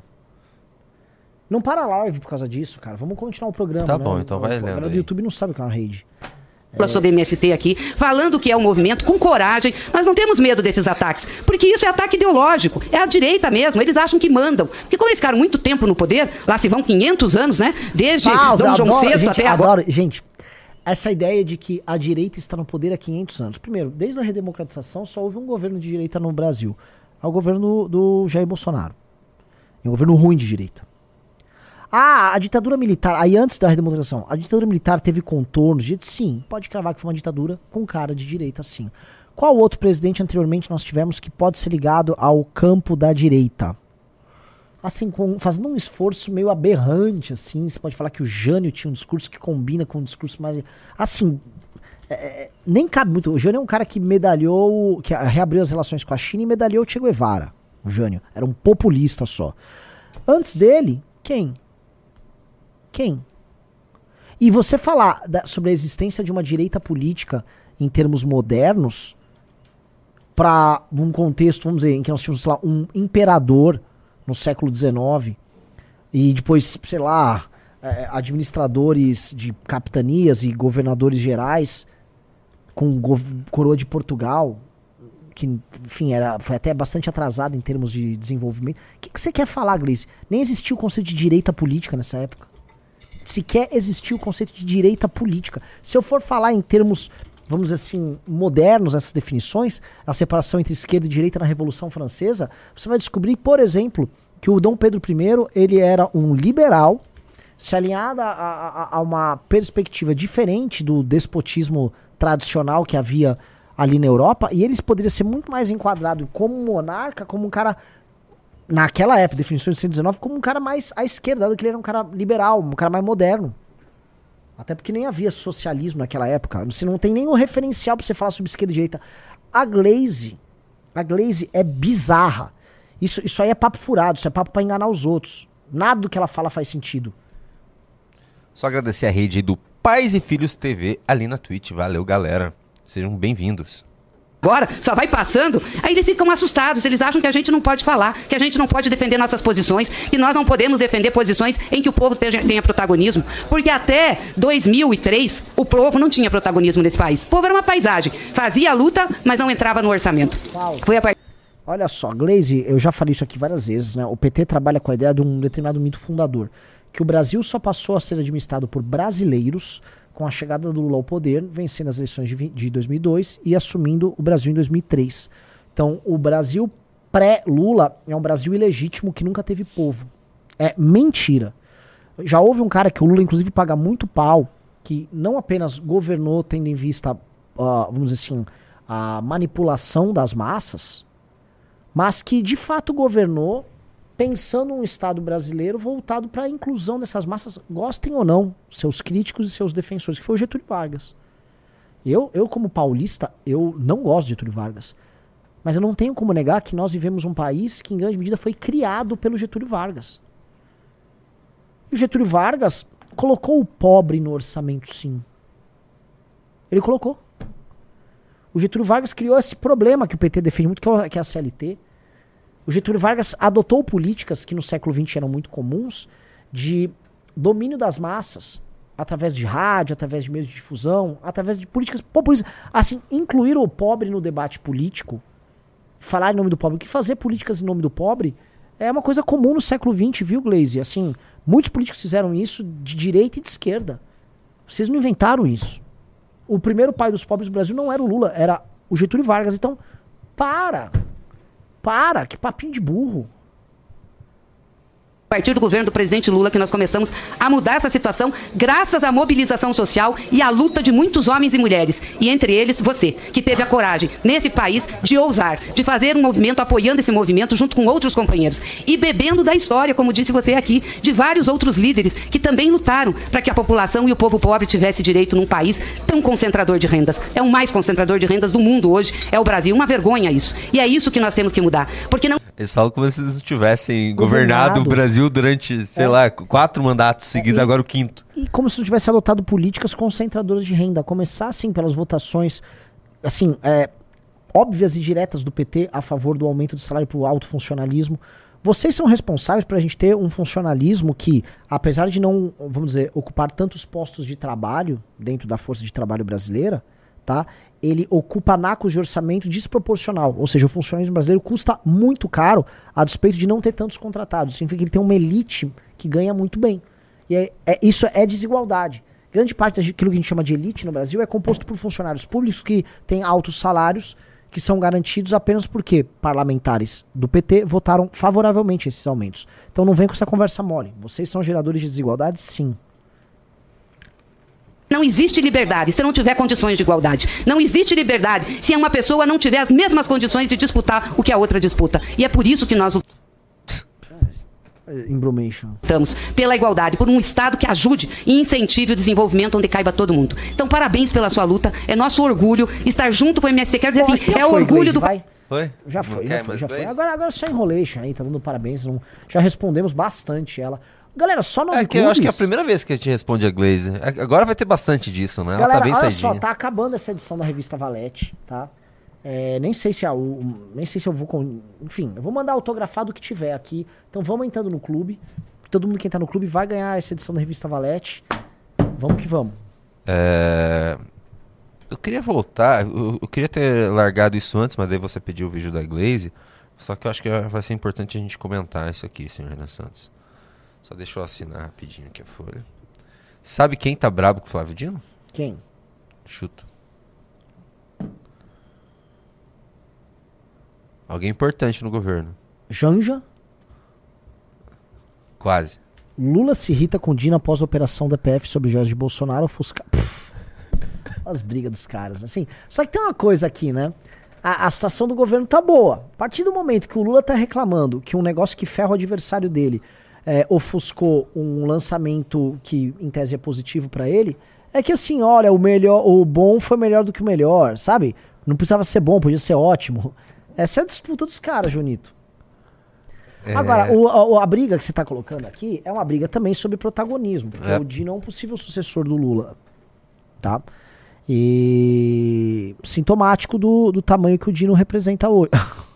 Não para a live por causa disso, cara. Vamos continuar o programa. Tá né? bom, então vai lendo. lendo A galera do aí. YouTube não sabe o que é uma rede. É... sobre M S T aqui, falando que é um movimento com coragem. Nós não temos medo desses ataques, porque isso é ataque ideológico. É a direita mesmo, eles acham que mandam. Porque como eles ficaram muito tempo no poder, lá se vão quinhentos anos, né? Desde Pausa, Dom João adoro, sexto gente, até agora. adoro. Gente, essa ideia de que a direita está no poder há quinhentos anos. Primeiro, desde a redemocratização só houve um governo de direita no Brasil. É o governo do, do Jair Bolsonaro. É um governo ruim de direita. Ah, a ditadura militar, aí antes da redemocratização, a ditadura militar teve contornos de, sim, pode cravar que foi uma ditadura com cara de direita, sim. Qual outro presidente anteriormente nós tivemos que pode ser ligado ao campo da direita? Assim, com, fazendo um esforço meio aberrante, assim, você pode falar que o Jânio tinha um discurso que combina com um discurso mais... Assim, é, nem cabe muito. O Jânio é um cara que medalhou, que reabriu as relações com a China e medalhou o Che Guevara. O Jânio era um populista só. Antes dele, quem? Quem? E você falar da, sobre a existência de uma direita política em termos modernos, para um contexto, vamos dizer, em que nós tínhamos, sei lá, um imperador no século dezenove, e depois, sei lá, é, administradores de capitanias e governadores gerais com gov- coroa de Portugal, que, enfim, era, foi até bastante atrasado em termos de desenvolvimento. O que, que você quer falar, Gleice? Nem existia o conceito de direita política nessa época. Sequer existia o conceito de direita política. Se eu for falar em termos, vamos dizer assim, modernos, essas definições, a separação entre esquerda e direita na Revolução Francesa, você vai descobrir, por exemplo, que o Dom Pedro I, ele era um liberal, se alinhado a, a, a uma perspectiva diferente do despotismo tradicional que havia ali na Europa, e eles poderiam ser muito mais enquadrado como monarca, como um cara, naquela época, definição de cento e dezenove, como um cara mais à esquerda, dado que ele era um cara liberal, um cara mais moderno. Até porque nem havia socialismo naquela época. Você não tem nenhum referencial pra você falar sobre esquerda e direita. A Gleice, a Gleice é bizarra. Isso, isso aí é papo furado, isso é papo pra enganar os outros. Nada do que ela fala faz sentido. Só agradecer a rede aí do Pais e Filhos T V ali na Twitch. Valeu, galera. Sejam bem-vindos. Agora, só vai passando, aí eles ficam assustados, eles acham que a gente não pode falar, que a gente não pode defender nossas posições, que nós não podemos defender posições em que o povo tenha, tenha protagonismo, porque até dois mil e três o povo não tinha protagonismo nesse país. O povo era uma paisagem, fazia a luta, mas não entrava no orçamento. Foi a part... Olha só, Gleice, eu já falei isso aqui várias vezes, né? O P T trabalha com a ideia de um determinado mito fundador, que o Brasil só passou a ser administrado por brasileiros com a chegada do Lula ao poder, vencendo as eleições de, de dois mil e dois e assumindo o Brasil em dois mil e três. Então, o Brasil pré-Lula é um Brasil ilegítimo que nunca teve povo. É mentira. Já houve um cara que o Lula, inclusive, paga muito pau, que não apenas governou tendo em vista, uh, vamos dizer assim, a manipulação das massas, mas que, de fato, governou pensando um Estado brasileiro voltado para a inclusão dessas massas, gostem ou não, seus críticos e seus defensores, que foi o Getúlio Vargas. Eu, eu como paulista, eu não gosto de Getúlio Vargas. Mas eu não tenho como negar que nós vivemos um país que, em grande medida, foi criado pelo Getúlio Vargas. E o Getúlio Vargas colocou o pobre no orçamento, sim. Ele colocou. O Getúlio Vargas criou esse problema que o P T defende muito, que é, que é a C L T. O Getúlio Vargas adotou políticas que no século vinte eram muito comuns, de domínio das massas, através de rádio, através de meios de difusão, através de políticas populistas. Assim, incluir o pobre no debate político, falar em nome do pobre, que fazer políticas em nome do pobre é uma coisa comum no século vinte, viu, Glaze? Assim, muitos políticos fizeram isso de direita e de esquerda. Vocês não inventaram isso. O primeiro pai dos pobres do Brasil não era o Lula, era o Getúlio Vargas. Então, para. Para, que papinho de burro. A partir do governo do presidente Lula que nós começamos a mudar essa situação graças à mobilização social e à luta de muitos homens e mulheres. E entre eles, você, que teve a coragem, nesse país, de ousar, de fazer um movimento, apoiando esse movimento junto com outros companheiros. E bebendo da história, como disse você aqui, de vários outros líderes que também lutaram para que a população e o povo pobre tivesse direito num país tão concentrador de rendas. É o mais concentrador de rendas do mundo hoje, é o Brasil. Uma vergonha isso. E é isso que nós temos que mudar. Porque não... Eles falam como se eles não tivessem governado, governado o Brasil durante, sei é. lá, quatro mandatos seguidos, é, e, agora o quinto. E como se não tivesse adotado políticas concentradoras de renda. Começar, assim, pelas votações, assim, é, óbvias e diretas do P T a favor do aumento de salário para o alto funcionalismo. Vocês são responsáveis para a gente ter um funcionalismo que, apesar de não, vamos dizer, ocupar tantos postos de trabalho dentro da força de trabalho brasileira, tá? Ele ocupa anacos de orçamento desproporcional. Ou seja, o funcionalismo brasileiro custa muito caro a despeito de não ter tantos contratados. Significa que ele tem uma elite que ganha muito bem. E é, é, isso é desigualdade. Grande parte daquilo que a gente chama de elite no Brasil é composto por funcionários públicos que têm altos salários, que são garantidos apenas porque parlamentares do P T votaram favoravelmente a esses aumentos. Então não vem com essa conversa mole. Vocês são geradores de desigualdade? Sim. Não existe liberdade se não tiver condições de igualdade. Não existe liberdade se uma pessoa não tiver as mesmas condições de disputar o que a outra disputa. E é por isso que nós lutamos pela igualdade, por um Estado que ajude e incentive o desenvolvimento onde caiba todo mundo. Então, parabéns pela sua luta. É nosso orgulho estar junto com o M S T. Quero dizer Bom, assim, é o orgulho Glaze, do... Vai. Foi? Já foi, não já quer, foi, já foi. Glaze? Agora, agora só enrolation aí, tá dando parabéns. Não, já respondemos bastante ela. Galera, só nove É que clubes. eu acho que é a primeira vez que a gente responde a Glaze. Agora vai ter bastante disso, né? Ela Galera, tá bem olha saidinha. só, tá acabando essa edição da revista Valete, tá? É, nem sei se a, o, nem sei se eu vou... Com, enfim, eu vou mandar autografado o que tiver aqui. Então vamos entrando no clube. Todo mundo que entrar no clube vai ganhar essa edição da revista Valete. Vamos que vamos. É... Eu queria voltar, eu, eu queria ter largado isso antes, mas daí você pediu o vídeo da Glaze. Só que eu acho que vai ser importante a gente comentar isso aqui, senhor Renan Santos. Só deixa eu assinar rapidinho aqui a folha. Sabe quem tá brabo com o Flávio Dino? Quem? Chuta. Alguém importante no governo. Janja? Quase. Lula se irrita com Dino após a operação da P F sobre Jorge Bolsonaro ofuscar. Pff, as brigas dos caras, assim. Só que tem uma coisa aqui, né? A, a situação do governo tá boa. A partir do momento que o Lula tá reclamando que um negócio que ferra o adversário dele é, ofuscou um lançamento que em tese é positivo pra ele, é que assim, olha, o melhor, o bom foi melhor do que o melhor, sabe? Não precisava ser bom, podia ser ótimo. Essa é a disputa dos caras, Jonito. É... Agora, o, a, a briga que você tá colocando aqui é uma briga também sobre protagonismo, porque é. o Dino é um possível sucessor do Lula, tá? E sintomático do, do tamanho que o Dino representa hoje.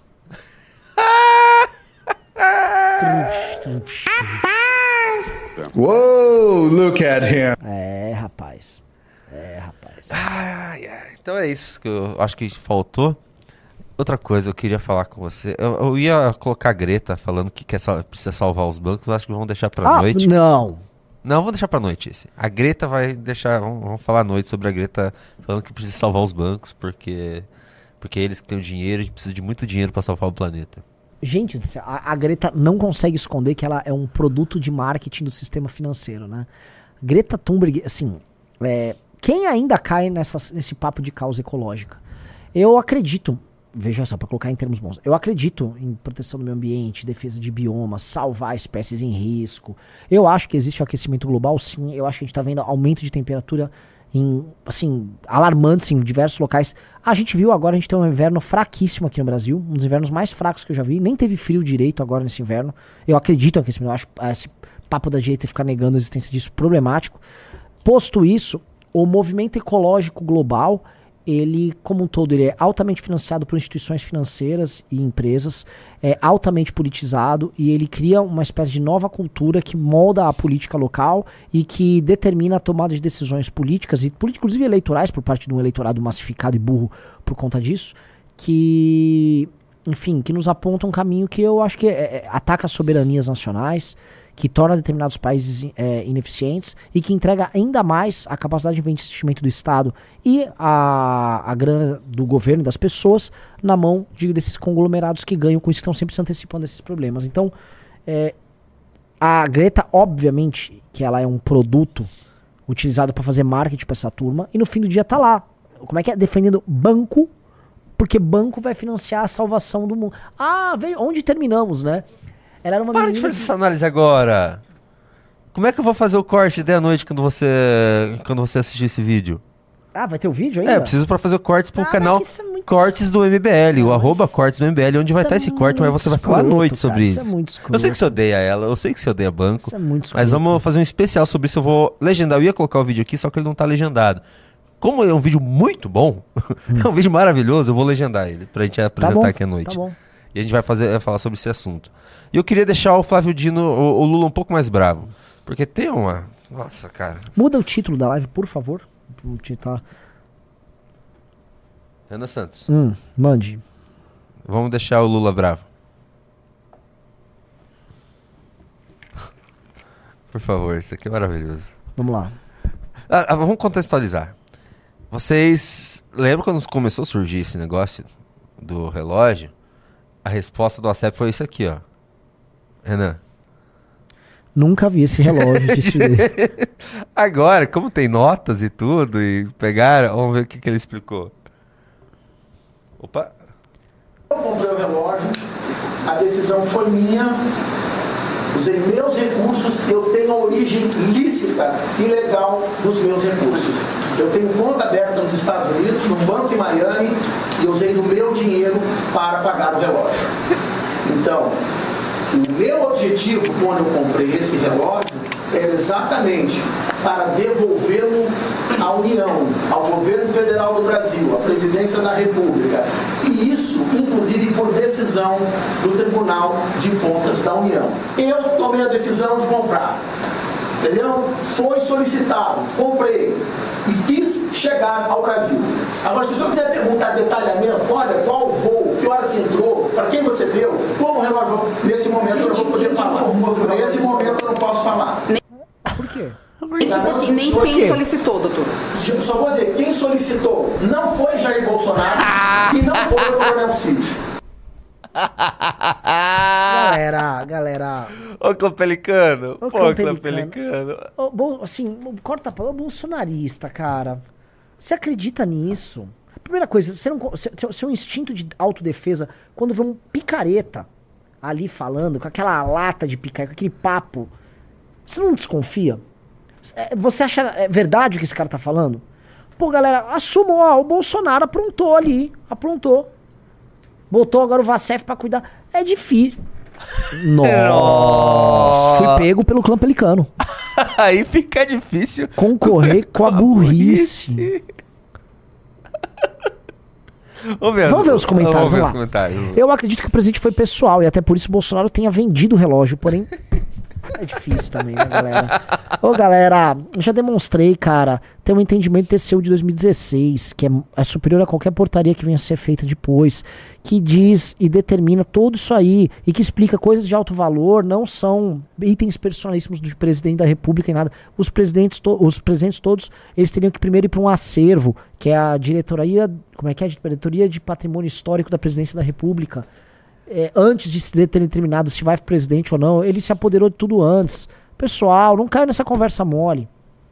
Whoa, look at him. É, rapaz. É, rapaz. Ah, yeah. Então é isso que eu acho que faltou. Outra coisa, eu queria falar com você. Eu, eu ia colocar a Greta falando que quer sal- precisa salvar os bancos, eu acho que vamos deixar pra ah, noite. Não. Não, vamos deixar pra noite esse. A Greta vai deixar. Vamos, vamos falar à noite sobre a Greta falando que precisa salvar os bancos, porque, porque é eles que têm o dinheiro, a gente precisa de muito dinheiro pra salvar o planeta. Gente, a, a Greta não consegue esconder que ela é um produto de marketing do sistema financeiro, né? Greta Thunberg, assim, é, quem ainda cai nessa, nesse papo de causa ecológica? Eu acredito, veja só, para colocar em termos bons, eu acredito em proteção do meio ambiente, defesa de biomas, salvar espécies em risco. Eu acho que existe o aquecimento global, sim. Eu acho que a gente está vendo aumento de temperatura em, assim, alarmantes em diversos locais. A gente viu agora, a gente tem um inverno fraquíssimo aqui no Brasil, um dos invernos mais fracos que eu já vi. Nem teve frio direito agora nesse inverno. Eu acredito no aquecimento, eu acho esse papo da direita ficar negando a existência disso problemático. Posto isso, o movimento ecológico global, ele, como um todo, ele é altamente financiado por instituições financeiras e empresas, é altamente politizado e ele cria uma espécie de nova cultura que molda a política local e que determina a tomada de decisões políticas, e inclusive eleitorais, por parte de um eleitorado massificado e burro por conta disso, que, enfim, que nos aponta um caminho que eu acho que é, é, ataca as soberanias nacionais, que torna determinados países é, ineficientes e que entrega ainda mais a capacidade de investimento do Estado e a, a grana do governo e das pessoas na mão de, desses conglomerados que ganham com isso, que estão sempre se antecipando a esses problemas. Então, é, a Greta, obviamente, que ela é um produto utilizado para fazer marketing para essa turma, e no fim do dia tá lá. Como é que é? Defendendo banco, porque banco vai financiar a salvação do mundo. Ah, veio, onde terminamos, né? Ela era uma Para de fazer essa análise agora. Como é que eu vou fazer o corte de à noite quando você quando você assistir esse vídeo? Ah, vai ter o vídeo ainda? É, eu preciso para fazer cortes pro Ah, canal mas isso é muito Cortes do M B L, Não, o mas arroba Cortes do M B L, onde vai isso estar é esse corte, mas muito você vai falar à escroto, noite sobre cara, isso. isso é muito Eu sei escroto. que você odeia ela, eu sei que você odeia banco, Isso é muito mas escroto. vamos fazer um especial sobre isso. Eu vou legendar, eu ia colocar o vídeo aqui, só que ele não tá legendado. Como é um vídeo muito bom, é um vídeo maravilhoso, eu vou legendar ele, pra gente apresentar bom, aqui à noite. tá bom. E a gente vai fazer, vai falar sobre esse assunto. E eu queria deixar o Flávio Dino, o, o Lula um pouco mais bravo. Porque tem uma... Nossa, cara. Muda o título da live, por favor. Vamos tentar. Ana Santos, Hum, mande. vamos deixar o Lula bravo. Por favor, isso aqui é maravilhoso. Vamos lá. Ah, ah, vamos contextualizar. Vocês lembram quando começou a surgir esse negócio do relógio? A resposta do A C E P foi isso aqui, ó. Renan. Nunca vi esse relógio de Agora, como tem notas e tudo, e pegaram, vamos ver o que, que ele explicou. Opa. Eu comprei o relógio, a decisão foi minha, usei meus recursos, eu tenho a origem lícita e legal dos meus recursos. Eu tenho conta aberta nos Estados Unidos, num banco em Miami, e eu usei do meu dinheiro para pagar o relógio. Então, o meu objetivo quando eu comprei esse relógio era exatamente para devolvê-lo à União, ao governo federal do Brasil, à presidência da República. E isso, inclusive, por decisão do Tribunal de Contas da União. Eu tomei a decisão de comprar. Entendeu? Foi solicitado, comprei e fiz chegar ao Brasil. Agora, se o senhor quiser perguntar detalhamento, olha, qual voo, que hora você entrou, para quem você deu, como o relógio, nesse momento eu não vou poder falar. Nesse momento eu não posso falar. Por quê? E nem quem solicitou, doutor. Só vou dizer, quem solicitou não foi Jair Bolsonaro e não foi o Coronel Cid. Galera, galera. Ô, Clã-Pelicano. Ô, Pô, Clã-Pelicano. Clã-Pelicano. Ô, bol- assim, corta pra ô, bolsonarista, cara. Você acredita nisso? Primeira coisa, você não, co- seu, seu instinto de autodefesa, quando vê um picareta ali falando, com aquela lata de picareta, com aquele papo, você não desconfia? É, Você acha é verdade o que esse cara tá falando? Pô, galera, assumam, ó, o Bolsonaro aprontou ali, aprontou. Botou agora o Vacef pra cuidar. É difícil. Nossa, fui pego pelo clã pelicano. Aí fica difícil. Concorrer com a burrice. Vamos ver, Vamos ver os comentários, Vamos ver vamos os lá. comentários. Eu acredito que o presente foi pessoal e até por isso o Bolsonaro tenha vendido o relógio, porém é difícil também, né, galera? Ô, galera, eu já demonstrei, cara, tem um entendimento T C U de dois mil e dezesseis, que é, é superior a qualquer portaria que venha a ser feita depois, que diz e determina tudo isso aí, e que explica coisas de alto valor, não são itens personalíssimos do presidente da República e nada. Os presidentes, to- os presentes todos, eles teriam que primeiro ir para um acervo, que é a diretoria, como é que é? A diretoria de patrimônio histórico da presidência da República. É, antes de se ter determinado se vai pro presidente ou não, ele se apoderou de tudo antes. Pessoal, não caiu nessa conversa mole.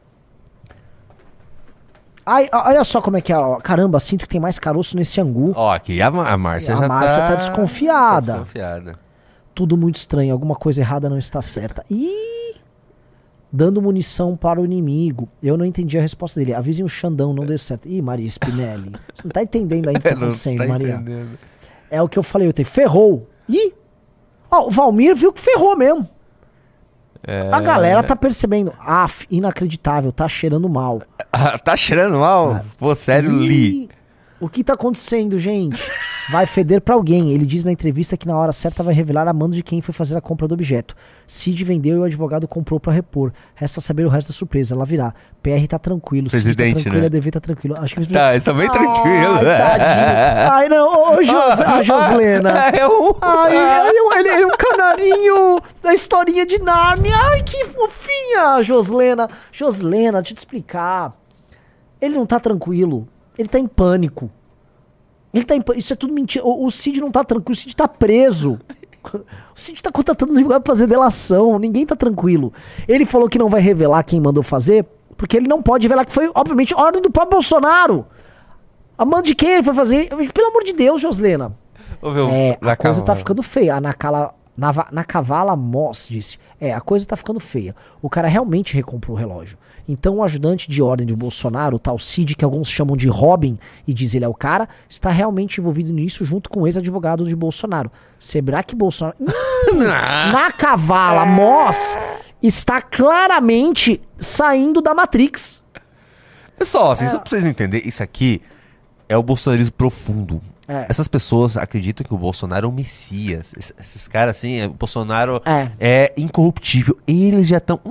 Ai, ó, olha só como é que é, ó. Caramba, sinto que tem mais caroço nesse angu. Ó, aqui a, a Márcia A já Márcia tá... tá desconfiada. Tá desconfiada. Tudo muito estranho, alguma coisa errada não está certa. Ih! Dando munição para o inimigo. Eu não entendi a resposta dele. Avisem o Xandão, não deu certo. Ih, Maria Spinelli. Você não tá entendendo ainda o que tá Não acontecendo, tá Maria. entendendo. É o que eu falei, eu tenho. Ferrou. Ih! Ó, o Valmir viu que ferrou mesmo. É... A galera tá percebendo. Af, inacreditável, tá cheirando mal. Ah, tá cheirando mal? Pô, sério, Li. Ih, O que tá acontecendo, gente? Vai feder pra alguém. Ele diz na entrevista que na hora certa vai revelar a mando de quem foi fazer a compra do objeto. Cid vendeu e o advogado comprou pra repor. Resta saber o resto da surpresa. Ela virá. P R tá tranquilo. Cid Presidente, tá tranquilo, né? A D V tá tranquilo. Acho que... Tá, eles estão bem tranquilos. Ai, tadinho. Ai, não. Ô, ô, Jos... A Joslena. É um... Ai, ele, é um- ele, ele é um canarinho da historinha de Nárnia. Ai, que fofinha, Joslena. Joslena, deixa eu te explicar. Ele não tá tranquilo. Ele tá em pânico. Ele tá em pânico. Isso é tudo mentira. O, o Cid não tá tranquilo. O Cid tá preso. O Cid tá contratando um advogado pra fazer delação. Ninguém tá tranquilo. Ele falou que não vai revelar quem mandou fazer, porque ele não pode revelar que foi, obviamente, ordem do próprio Bolsonaro. A mão de quem ele foi fazer? Pelo amor de Deus, Joslena. Ô, meu, É, a vai coisa tá acabar. ficando feia. A Nakala, Nava, Nakavala Moss disse. É, a coisa tá ficando feia. O cara realmente recomprou o relógio. Então o ajudante de ordem de Bolsonaro, o tal Cid, que alguns chamam de Robin, e diz ele é o cara, está realmente envolvido nisso junto com o ex-advogado de Bolsonaro. Será que Bolsonaro... Hum, Nakavala Moss está claramente saindo da Matrix. Pessoal, assim, só pra vocês entenderem, isso aqui é o bolsonarismo profundo. É. Essas pessoas acreditam que o Bolsonaro é o Messias. Es- Esses caras, assim, é- o Bolsonaro É. é, incorruptível. Eles já estão.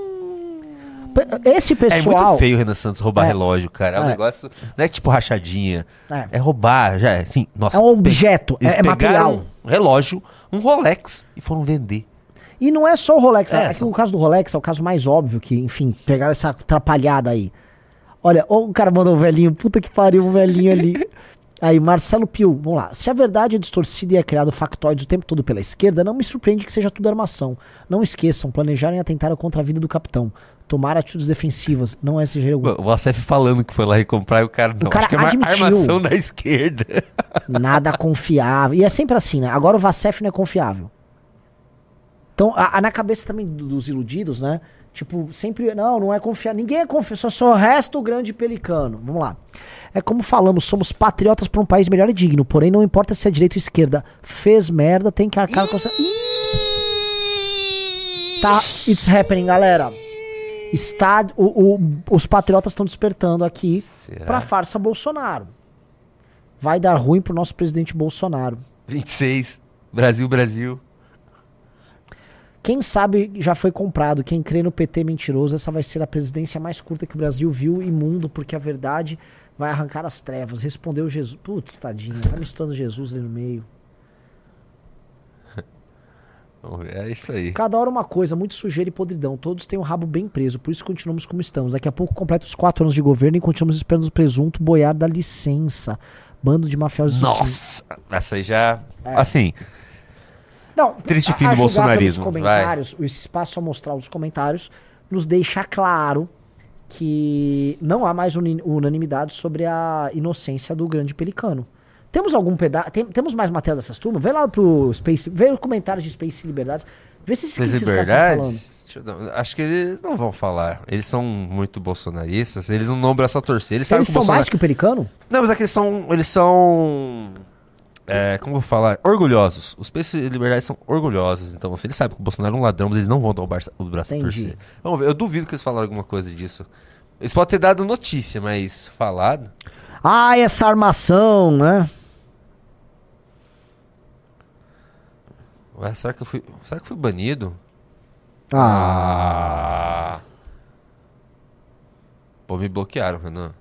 P- Esse É pessoal... muito feio o Renan Santos roubar É. relógio, cara. É um É. negócio. Não é tipo rachadinha. É. É, roubar, já é assim. Nossa, É um objeto, eles é- é pegaram material. um relógio, um Rolex e foram vender. E não é só o Rolex. É, Aqui são- no caso do Rolex é o caso mais óbvio que, enfim, pegaram essa atrapalhada aí. Olha, ó, o cara mandou um velhinho, puta que pariu, um velhinho ali. Aí, Marcelo Pio, vamos lá. Se a verdade é distorcida e é criado factoides o tempo todo pela esquerda, não me surpreende que seja tudo armação. Não esqueçam, planejaram e atentaram contra a vida do capitão. Tomar atitudes defensivas, não é exagero algum. O Acef falando que foi lá recomprar e o cara não. O cara Acho que é uma admitiu. armação da esquerda. Nada confiável. E é sempre assim, né? Agora o Vacef não é confiável. Então, a, a- na cabeça também do- dos iludidos, né? Tipo, sempre, não, não é confiável. Ninguém é confiável, só, só resta o grande pelicano. Vamos lá. É como falamos, somos patriotas para um país melhor e digno. Porém, não importa se é direita ou esquerda. Fez merda, tem que arcar com essa... Tá, it's happening, galera. Está, o- o- os patriotas estão despertando aqui Será? pra farsa Bolsonaro. Vai dar ruim pro nosso presidente Bolsonaro. vinte e seis. Brasil, Brasil. Quem sabe já foi comprado. Quem crê no P T mentiroso, essa vai ser a presidência mais curta que o Brasil viu, imundo, porque a verdade vai arrancar as trevas. Respondeu Jesus. Putz, tadinho, tá misturando Jesus ali no meio. Vamos ver, é isso aí. Cada hora uma coisa, muito sujeira e podridão. Todos têm o rabo bem preso, por isso continuamos como estamos. Daqui a pouco completa os quatro anos de governo e continuamos esperando o presunto boiar da licença. Bando de mafiosos. Nossa, essa aí já. É. Assim, Não, Triste a- fim a do julgar bolsonarismo, pelos comentários, esse espaço a mostrar os comentários nos deixa claro que não há mais uni- unanimidade sobre a inocência do grande pelicano. Temos algum pedaço, tem- temos mais matéria dessas turmas? Vê lá pro Space, vê os comentários de Space e Liberdades, vê se as esses caras estão falando. liberdades. Deixa eu dar- acho que eles não vão falar. Eles são muito bolsonaristas. Eles não dão braço a torcer. Eles, sabem Eles que o são Bolsonaro... mais que o pelicano? Não, mas é que eles são. Eles são. É, como eu vou falar? Orgulhosos. Os Space e Liberdades são orgulhosos. Então, assim, eles sabem que o Bolsonaro é um ladrão, mas eles não vão dar o, barça- o braço Entendi. a torcer. Vamos ver. Eu duvido que eles falaram alguma coisa disso. Eles podem ter dado notícia, mas falado. Ah, essa armação, né? Ué, será que eu fui. Será que eu fui banido? Ah. Ah. Pô, me bloquearam, Renan.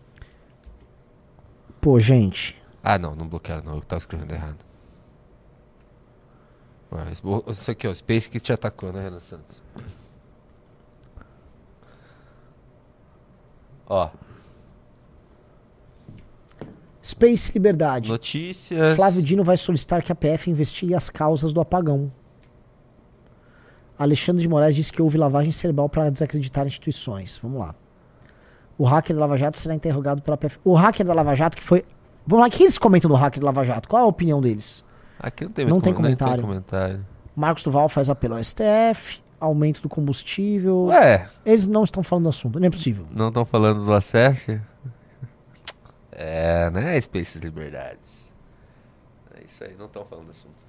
Pô, gente. Ah, não, não bloquearam, não. Eu que tava escrevendo errado. Ué, esse bo- isso aqui, ó. Space que te atacou, né, Renan Santos? Ó, Space Liberdade. notícias. Flávio Dino vai solicitar que a P F investigue as causas do apagão. Alexandre de Moraes disse que houve lavagem cerebral para desacreditar instituições. Vamos lá. O hacker da Lava Jato será interrogado pela P F. O hacker da Lava Jato que foi... Vamos lá, o que eles comentam do hacker da Lava Jato? Qual a opinião deles? Aqui não tem, Não muito tem com- nem comentário. comentário. Marcos Duval faz apelo ao S T F, aumento do combustível. Ué, Eles não estão falando do assunto, não é possível. não estão falando do Acef? É, né? Spaces Liberdades. É isso aí, não estão falando do assunto.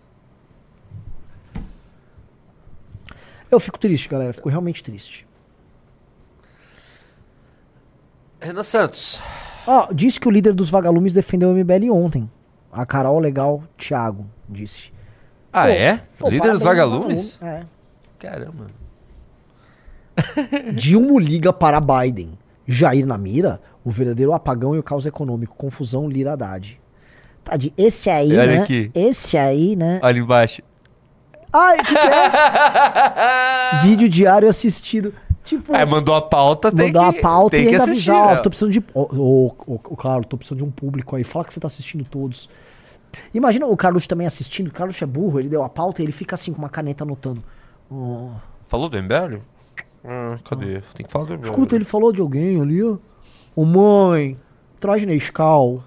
Eu fico triste, galera, fico realmente triste. Renan Santos, Ó, disse que o líder dos vagalumes defendeu o M B L ontem. A Carol Legal Thiago disse. Ah, Pô, é? pô, Líder dos parabéns, vagalumes? vagalume. Caramba. É. Dilma liga para Biden. Jair na mira, o verdadeiro apagão e o caos econômico. Confusão Lira Haddad. Tá de esse aí, Olha né? aqui. Esse aí, né? Olha embaixo. Ai, o que, que é? Vídeo diário assistido. Tipo, É, mandou a pauta, tem mandar que, a pauta tem e que ainda assistir. avisar, ó, né? tô precisando de... Ô, ô, ô, ô, Carlos, tô precisando de um público aí. Fala que você tá assistindo todos. Imagina o Carlos também assistindo. O Carlos é burro, ele deu a pauta e ele fica assim com uma caneta anotando. Oh. Falou do M B L? Ah, cadê? Tem que falar do M B L. Escuta, ele falou de alguém ali, ó. Ô mãe, traz Nescau.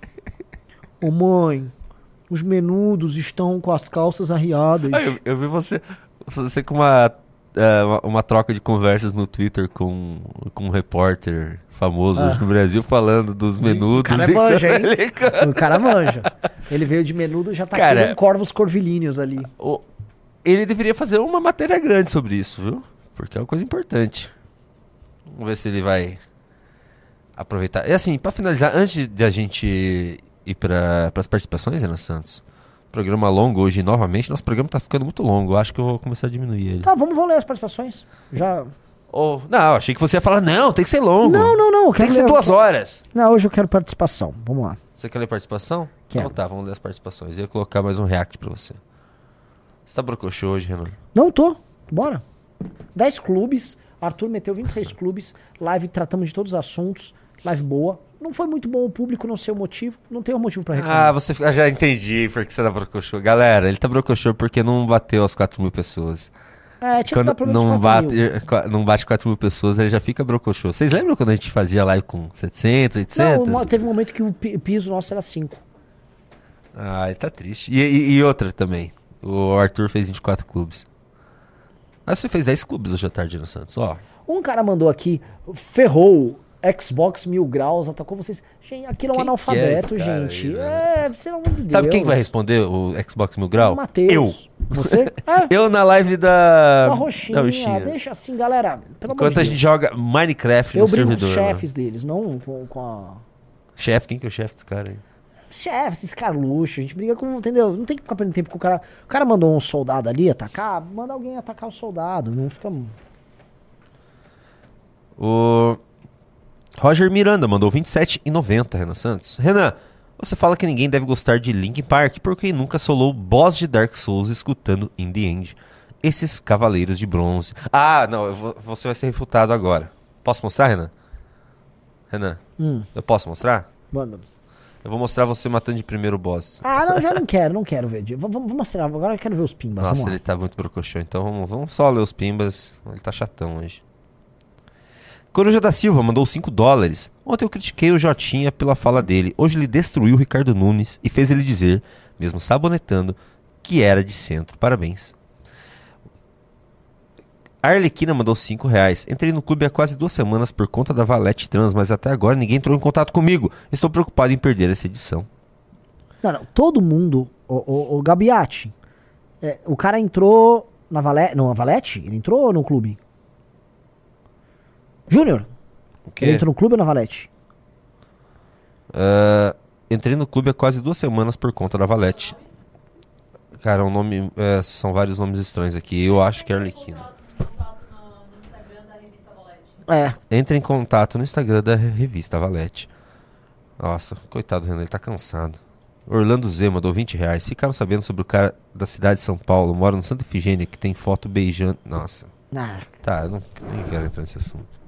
Ô mãe, os menudos estão com as calças arriadas. Ah, eu, eu vi você, você com uma, é, uma, uma troca de conversas no Twitter com, com um repórter famoso Ah. hoje no Brasil falando dos menudos. O cara e- manja, hein? Ele- O cara manja. Ele veio de menudo, já tá Cara, aqui com corvos corvilíneos ali. O- Ele deveria fazer uma matéria grande sobre isso, viu? Porque é uma coisa importante. Vamos ver se ele vai aproveitar. E assim, pra finalizar, antes de a gente ir para as participações, Ana Santos, programa longo hoje novamente. Nosso programa tá ficando muito longo. Eu acho que eu vou começar a diminuir ele. Tá, vamos, vamos ler as participações. Já... Ou- não, eu achei que você ia falar, não, tem que ser longo. Não, não, não. eu Tem quero que ser ler- duas horas. Não, hoje eu quero participação. Vamos lá. Você quer ler participação? Quero. Então tá, vamos ler as participações. Eu ia colocar mais um react pra você. Você tá brocochô hoje, Renan? Não tô. Bora. dez clubes. Arthur meteu vinte e seis clubes. Live tratamos de todos os assuntos. Live boa. Não foi muito bom o público, não sei o motivo. Não tem um motivo pra reclamar. Ah, você ah, já entendi por que você tá brocochô. Galera, ele tá brocochô porque não bateu as quatro mil pessoas. É, tinha que Quando dar pelo menos não quatro bate, mil. qua- não bate quatro mil pessoas, ele já fica brocochô. Vocês lembram quando a gente fazia live com setecentos, Não, oitocentos? uma- teve um momento que o pi- piso nosso era cinco. Ah, ele tá triste. E, e- e outra também. O Arthur fez vinte e quatro clubes. Mas você fez dez clubes hoje à tarde, no Santos, ó. Um cara mandou aqui, ferrou, Xbox mil graus, atacou vocês. Gente, aquilo é um Quem que é analfabeto, esse cara gente. aí, né? é, pelo amor de Deus. Sabe quem vai responder o Xbox Mil Grau? Matheus. Você? É, Eu na live da... uma roxinha, da roxinha. deixa assim, galera. Pelo amor Enquanto de a Deus. gente joga Minecraft Eu no brinco com servidor. os lá. chefes deles, não com, com a... Chefe, quem que é o chefe desse cara aí? Chefe, esses carluxos, a gente briga com, entendeu? Não tem que ficar perdendo tempo com o cara. O cara mandou um soldado ali atacar, manda alguém atacar o soldado, não fica... O Roger Miranda mandou vinte e sete reais e noventa, Renan Santos. Renan, você fala que ninguém deve gostar de Linkin Park porque nunca solou o boss de Dark Souls escutando In The End. Esses cavaleiros de bronze. Ah, não, eu vou- você vai ser refutado agora. Posso mostrar, Renan? Renan, Hum, eu posso mostrar? manda. Eu vou mostrar você matando de primeiro o boss. Ah, não, já não quero, não quero ver. Vamos, vamos mostrar, agora eu quero ver os pimbas, Nossa, vamos lá. ele tá muito brocochô. Então vamos, vamos só ler os pimbas. Ele tá chatão hoje. Coruja da Silva mandou cinco dólares. Ontem eu critiquei o Jotinha pela fala dele. Hoje ele destruiu o Ricardo Nunes e fez ele dizer, mesmo sabonetando, que era de centro. Parabéns. A Arlequina mandou cinco reais. Entrei no clube há quase duas semanas por conta da Valete Trans, mas até agora ninguém entrou em contato comigo. Estou preocupado em perder essa edição. Não, não, todo mundo, o, o, o Gabiati, é, o cara entrou na Valete, não, na Valete? Ele entrou no clube? Júnior, O quê? ele entrou no clube ou na Valete? Ah, entrei no clube há quase duas semanas por conta da Valete. Cara, o nome. é, são vários nomes estranhos aqui. Eu acho que é Arlequina. É. Entre em contato no Instagram da revista Valete. Nossa, coitado do Renan, ele tá cansado. Orlando Z mandou vinte reais. Ficaram sabendo sobre o cara da cidade de São Paulo, mora no Santa Efigênia, que tem foto beijando. Nossa, Ah, tá, eu não, nem quero entrar nesse assunto.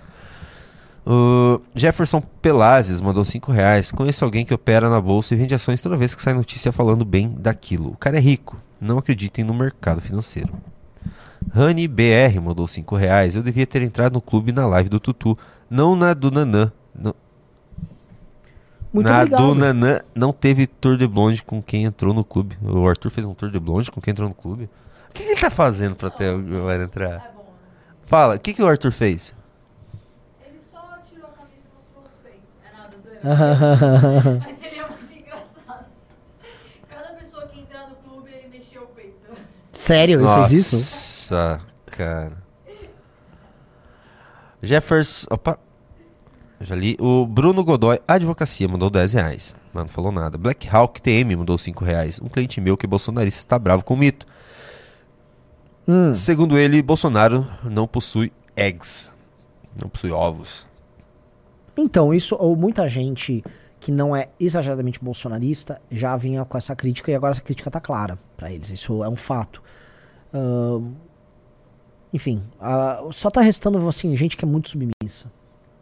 O Jefferson Pelazes mandou cinco reais. Conheço alguém que opera na bolsa e vende ações toda vez que sai notícia falando bem daquilo. O cara é rico. Não acreditem no mercado financeiro. Rani B R mandou cinco reais. Eu devia ter entrado no clube na live do Tutu, não na do Nanã. Não- muito na obrigado. do Nanã não teve tour de blonde com quem entrou no clube. O Arthur fez um tour de blonde com quem entrou no clube. O que, que ele tá fazendo pra ter a galera entrar? Fala, o que, que o Arthur fez? Ele só tirou a camisa e mostrou os peitos. É nada, zoeira. Mas ele é muito engraçado. Cada pessoa que entrar no clube, ele mexeu o peito. Sério, ele Nossa, fez isso? cara. Jeffers. Opa. Já li. O Bruno Godoy, Advocacia, mandou dez reais. Mas não falou nada. Black Hawk T M mandou cinco reais. Um cliente meu que é bolsonarista está bravo com o mito. Hum. Segundo ele, Bolsonaro não possui eggs. Não possui ovos. Então, isso, ou muita gente que não é exageradamente bolsonarista já vinha com essa crítica e agora essa crítica tá clara pra eles. Isso é um fato. Uh, enfim, uh, só tá restando assim, gente que é muito submissa.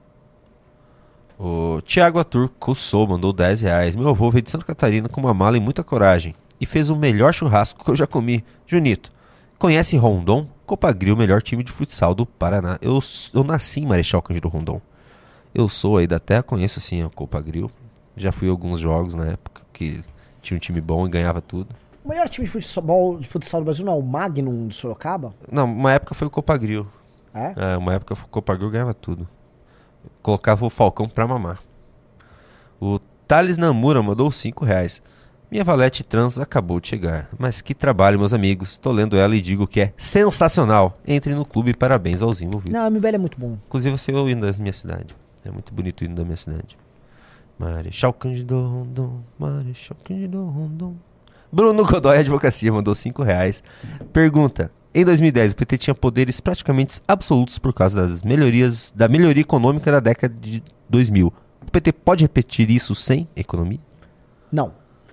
O Thiago Atur Cussou mandou dez reais. Meu avô veio de Santa Catarina com uma mala e muita coragem. E fez o melhor churrasco que eu já comi. Junito, conhece Rondon? Copagril, melhor time de futsal do Paraná. Eu, eu nasci em Marechal Cândido Rondon. Eu sou aí da terra, conheço sim a Copagril. Já fui a alguns jogos na época que tinha um time bom e ganhava tudo. O melhor time de futsal, de futsal do Brasil não é o Magnum de Sorocaba? Não, uma época foi o Copagril. É? É, uma época o Copagril ganhava tudo. Colocava o Falcão pra mamar. O Thales Namura mandou cinco reais. Minha valete trans acabou de chegar. Mas que trabalho, meus amigos. Tô lendo ela e digo que é sensacional. Entre no clube e parabéns aos envolvidos. Não, a M B L é muito bom. Inclusive você é o hino da minha cidade. É muito bonito o hino da minha cidade. Marechal Cândido Rondon, Marechal Cândido Rondon. Bruno Godoy Advocacia mandou cinco reais. Pergunta. Em dois mil e dez, o P T tinha poderes praticamente absolutos por causa das melhorias, da melhoria econômica da década de dois mil. O P T pode repetir isso sem economia? Não.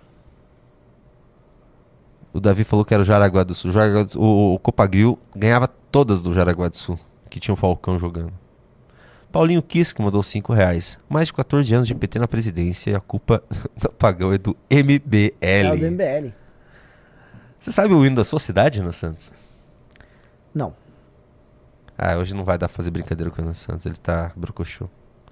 O Davi falou que era o Jaraguá do Sul. O, Jaraguá do Sul, o, o Copagril ganhava todas do Jaraguá do Sul, que tinha o Falcão jogando. Paulinho Kisk mandou cinco reais. Mais de quatorze anos de P T na presidência e a culpa do apagão é do M B L. É o do M B L. Você sabe o hino da sua cidade, Ana Santos? Não. Ah, hoje não vai dar pra fazer brincadeira com o Ana Santos, ele tá brocochô.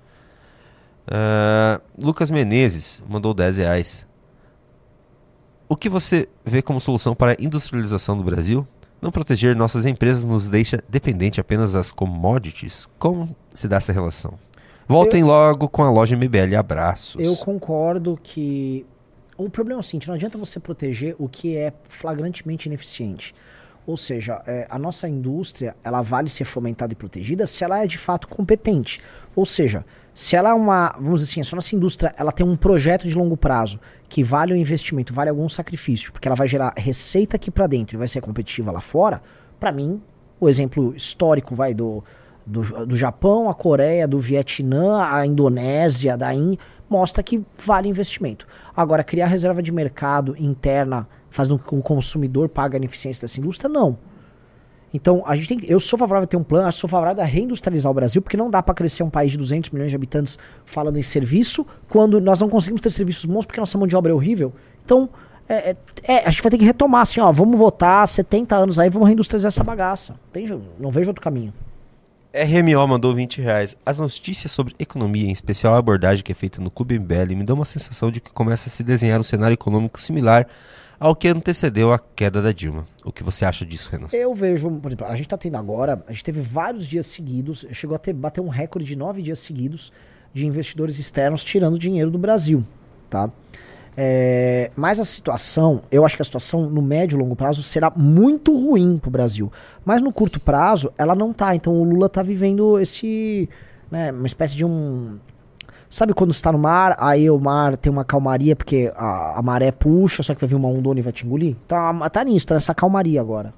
Uh, Lucas Menezes mandou dez reais. O que você vê como solução para a industrialização do Brasil? Não proteger nossas empresas nos deixa dependente apenas das commodities? Como se dá essa relação? Voltem eu, logo com a loja M B L. Abraços. Eu concordo que... O problema é o seguinte, não adianta você proteger o que é flagrantemente ineficiente. Ou seja, é, a nossa indústria, ela vale ser fomentada e protegida se ela é de fato competente. Ou seja, se ela é uma, vamos dizer assim, se a nossa indústria ela tem um projeto de longo prazo que vale o investimento, vale algum sacrifício, porque ela vai gerar receita aqui para dentro e vai ser competitiva lá fora, para mim, o exemplo histórico vai do, do, do Japão, a Coreia, do Vietnã, a Indonésia, da Índia, mostra que vale investimento. Agora, criar reserva de mercado interna fazendo com que o consumidor pague a ineficiência dessa indústria, não. Então, a gente tem que, eu sou favorável a ter um plano, eu sou favorável a reindustrializar o Brasil, porque não dá para crescer um país de duzentos milhões de habitantes falando em serviço, quando nós não conseguimos ter serviços bons porque nossa mão de obra é horrível. Então, é, é, é, a gente vai ter que retomar assim, ó, vamos votar setenta anos aí, vamos reindustrializar essa bagaça. Tem, não vejo outro caminho. R M O mandou vinte reais. As notícias sobre economia, em especial a abordagem que é feita no Clube M B L, me dão uma sensação de que começa a se desenhar um cenário econômico similar ao que antecedeu a queda da Dilma. O que você acha disso, Renan? Eu vejo, por exemplo, a gente está tendo agora, a gente teve vários dias seguidos, chegou a ter, bater um recorde de nove dias seguidos de investidores externos tirando dinheiro do Brasil, tá? É, mas a situação, eu acho que a situação no médio e longo prazo será muito ruim para o Brasil. Mas no curto prazo, ela não tá. Então o Lula tá vivendo esse, né, uma espécie de um... Sabe quando você tá no mar, aí o mar tem uma calmaria porque a, a maré puxa, só que vai vir uma ondona e vai te engolir? Tá, tá nisso, tá nessa calmaria agora.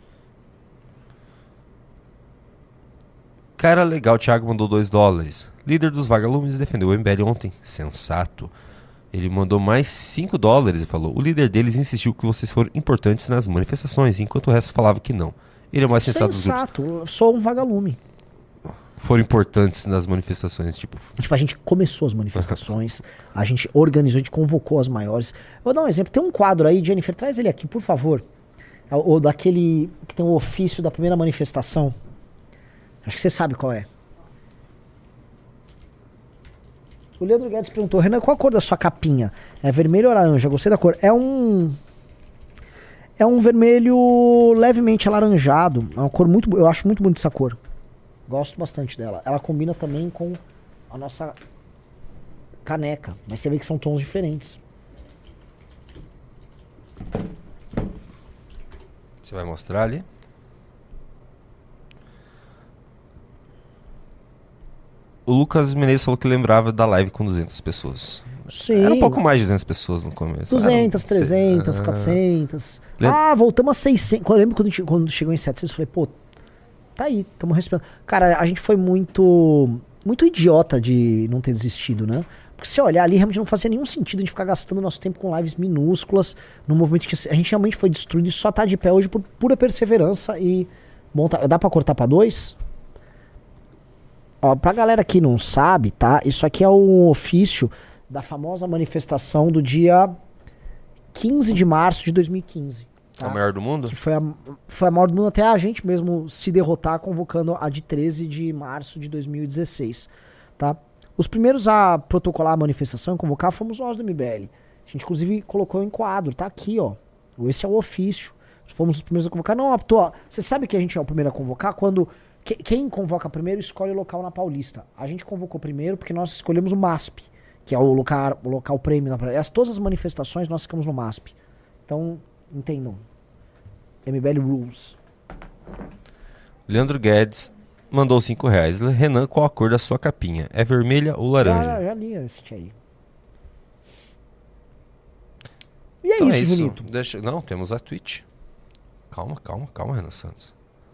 Cara legal, Thiago mandou dois dólares. Líder dos vagalumes defendeu o M B L ontem. Sensato. Ele mandou mais cinco dólares e falou: o líder deles insistiu que vocês foram importantes nas manifestações, enquanto o resto falava que não. Ele é o mais sensato, sensato dos grupos. Eu sou um vagalume. Foram importantes nas manifestações, tipo... Tipo, a gente começou as manifestações, a gente organizou, a gente convocou as maiores. Eu vou dar um exemplo, tem um quadro aí, Jennifer, traz ele aqui, por favor. O daquele que tem o ofício da primeira manifestação. Acho que você sabe qual é. O Leandro Guedes perguntou: Renan, qual a cor da sua capinha? É vermelho ou laranja? Gostei da cor. É um... É um vermelho levemente alaranjado. É uma cor muito... Eu acho muito bonita essa cor. Gosto bastante dela. Ela combina também com a nossa caneca. Mas você vê que são tons diferentes. Você vai mostrar ali? o Lucas Menezes falou que lembrava da live com duzentas pessoas. Sim. Era um pouco mais de duzentas pessoas no começo. duzentas, Era, trezentas, ah, quatrocentas. Lembra? Ah, voltamos a seiscentos. Eu lembro quando, a gente- quando chegou em setecentos, eu falei, pô, tá aí, tamo respirando. Cara, a gente foi muito, muito idiota de não ter desistido, né? Porque se olhar ali, realmente não fazia nenhum sentido a gente ficar gastando nosso tempo com lives minúsculas, num movimento que a gente realmente foi destruído e só tá de pé hoje por pura perseverança e... monta... Dá pra cortar pra dois? Ó, pra galera que não sabe, tá? Isso aqui é o ofício da famosa manifestação do dia quinze de março de dois mil e quinze. É o maior do mundo? Que foi a, foi a maior do mundo até a gente mesmo se derrotar convocando a de treze de março de dois mil e dezesseis, tá? Os primeiros a protocolar a manifestação e convocar fomos nós do M B L. A gente inclusive colocou em quadro, tá aqui, ó. Esse é o ofício. Fomos os primeiros a convocar. Não, Apto, você sabe que a gente é o primeiro a convocar quando que, quem convoca primeiro escolhe o local na Paulista. A gente convocou primeiro porque nós escolhemos o MASP, que é o local, o local prêmio na Paulista. Todas as manifestações nós ficamos no MASP. Então, entendam. M B L Rules. Leandro Guedes mandou cinco reais. Renan, qual a cor da sua capinha? É vermelha ou laranja? Já, já li esse aí. E é Então isso, é isso. Junito. Deixa... Não, temos a Twitch. Calma, calma, calma, Renan Santos.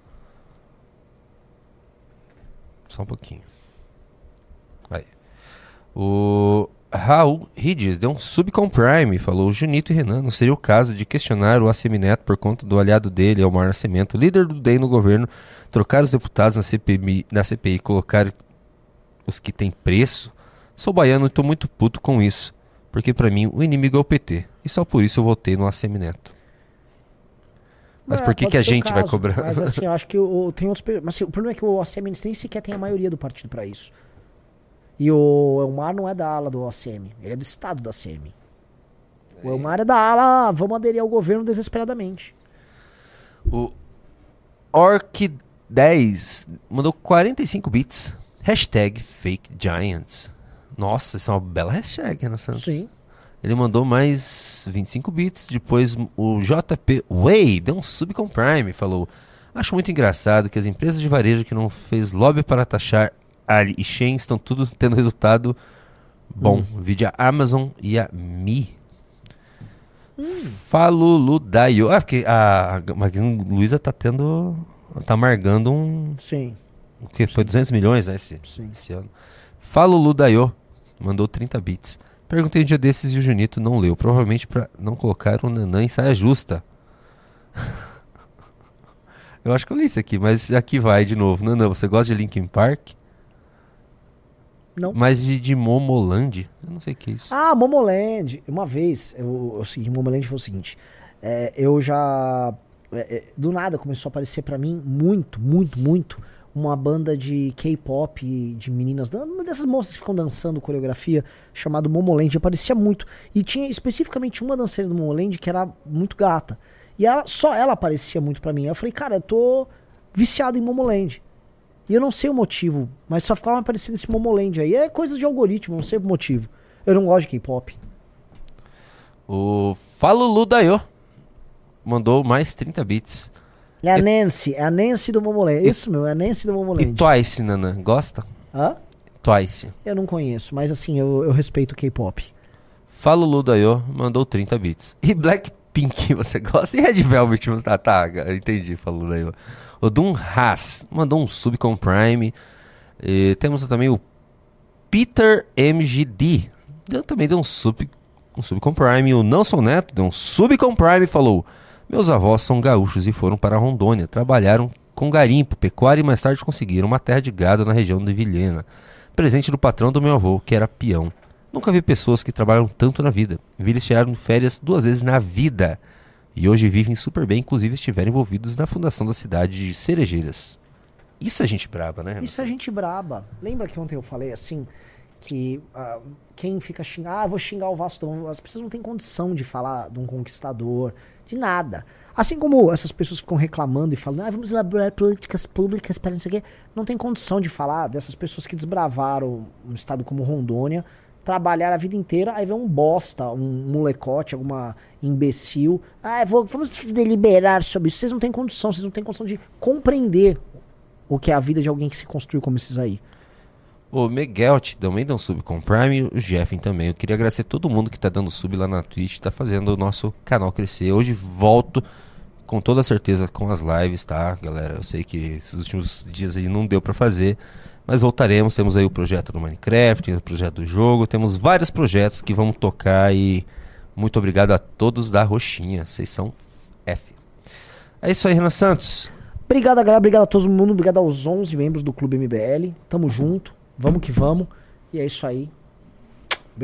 Só um pouquinho. Vai. O Raul Rides deu um sub com Prime. Falou: Junito e Renan, não seria o caso de questionar o Assemineto por conta do aliado dele, Elmar Nascimento, líder do D E M no governo, trocar os deputados na C P I, na C P I e colocar os que têm preço? Sou baiano e tô muito puto com isso, porque pra mim o inimigo é o P T. E só por isso eu votei no Assemineto. Mas É, por que, pode que a ser o gente vai caso, cobrar? Mas assim, eu acho que o, o- tem outros. pe- Mas assim, o problema é que o O C M nem sequer tem a maioria do partido pra isso. E o Elmar não é da ala do O C M, ele é do estado do O C M. O Elmar é da ala, vamos aderir ao governo desesperadamente. O Orc dez mandou quarenta e cinco bits. Hashtag Fake Giants. Nossa, isso é uma bela hashtag, Renan Santos. Sim. Ele mandou mais vinte e cinco bits. Depois o J P Way deu um sub com Prime. Falou: acho muito engraçado que as empresas de varejo que não fez lobby para taxar Ali e Shein estão tudo tendo resultado bom. Hum. Vídeo a Amazon e a Mi. Hum. Falulu Daio. Ah, porque a Magazine Luiza tá tendo. Tá amargando um. Sim. O que? Foi duzentos milhões, né? Esse, Sim. esse ano. Falulu Daio mandou trinta bits. Perguntei um dia desses e o Junito não leu. Provavelmente pra não colocar o Nanã em saia justa. Eu acho que eu li isso aqui, mas aqui vai de novo. Nanã, você gosta de Linkin Park? Não. Mas de, de Momoland? Eu não sei o que é isso. Ah, Momoland. Uma vez, eu, eu segui Momoland foi o seguinte. É, eu já. É, é, do nada começou a aparecer pra mim muito, muito, muito uma banda de K-pop, de meninas, uma dessas moças que ficam dançando coreografia, chamado Momoland. Aparecia muito. E tinha especificamente uma danceira do Momoland que era muito gata. E ela, só ela aparecia muito pra mim. Eu falei, cara, eu tô viciado em Momoland. E eu não sei o motivo, mas só ficava aparecendo esse Momoland aí. É coisa de algoritmo, não sei o motivo. Eu não gosto de K-pop. O Falulu Daio mandou mais trinta bits. É a Nancy, é a Nancy do Momoland. Isso, meu, é a Nancy do E Momoland. Twice, Nanã, gosta? Hã? Twice. Eu não conheço, mas assim, eu, eu respeito o K-pop. Falulu Daio mandou trinta bits. E Blackpink, você gosta? E Red Velvet? Ah, tá, entendi, Falulu Daio. O Dum Haas mandou um sub com Prime. E temos também o Peter M G D. Deu, também deu um sub, um sub com Prime. O Nelson Neto deu um sub com Prime e falou: meus avós são gaúchos e foram para Rondônia. Trabalharam com garimpo, pecuária e mais tarde conseguiram uma terra de gado na região de Vilhena. Presente do patrão do meu avô, que era peão. Nunca vi pessoas que trabalham tanto na vida. Vi eles tiraram férias duas vezes na vida. E hoje vivem super bem, inclusive estiveram envolvidos na fundação da cidade de Cerejeiras. Isso é gente braba, né? Isso é gente braba. Lembra que ontem eu falei assim, que uh, quem fica xingando, ah, eu vou xingar o Vasco. As pessoas não têm condição de falar de um conquistador, de nada. Assim como essas pessoas ficam reclamando e falando, ah, vamos elaborar políticas públicas para não sei o quê. Não tem condição de falar dessas pessoas que desbravaram um estado como Rondônia, trabalhar a vida inteira, aí vem um bosta, um molecote, alguma imbecil. Ah, vou, vamos deliberar sobre isso. Vocês não têm condição, vocês não têm condição de compreender o que é a vida de alguém que se construiu como esses aí. O Miguel também deu um sub com o Prime, o Jeffen também. Eu queria agradecer todo mundo que tá dando sub lá na Twitch, tá fazendo o nosso canal crescer. Hoje volto com toda certeza com as lives, tá, galera? Eu sei que esses últimos dias aí não deu pra fazer, mas voltaremos. Temos aí o projeto do Minecraft, o projeto do jogo, temos vários projetos que vamos tocar e muito obrigado a todos da Roxinha, vocês são F. É isso aí, Renan Santos. Obrigado, galera, obrigado a todo mundo, obrigado aos onze membros do Clube M B L. Tamo junto, vamos que vamos. E é isso aí.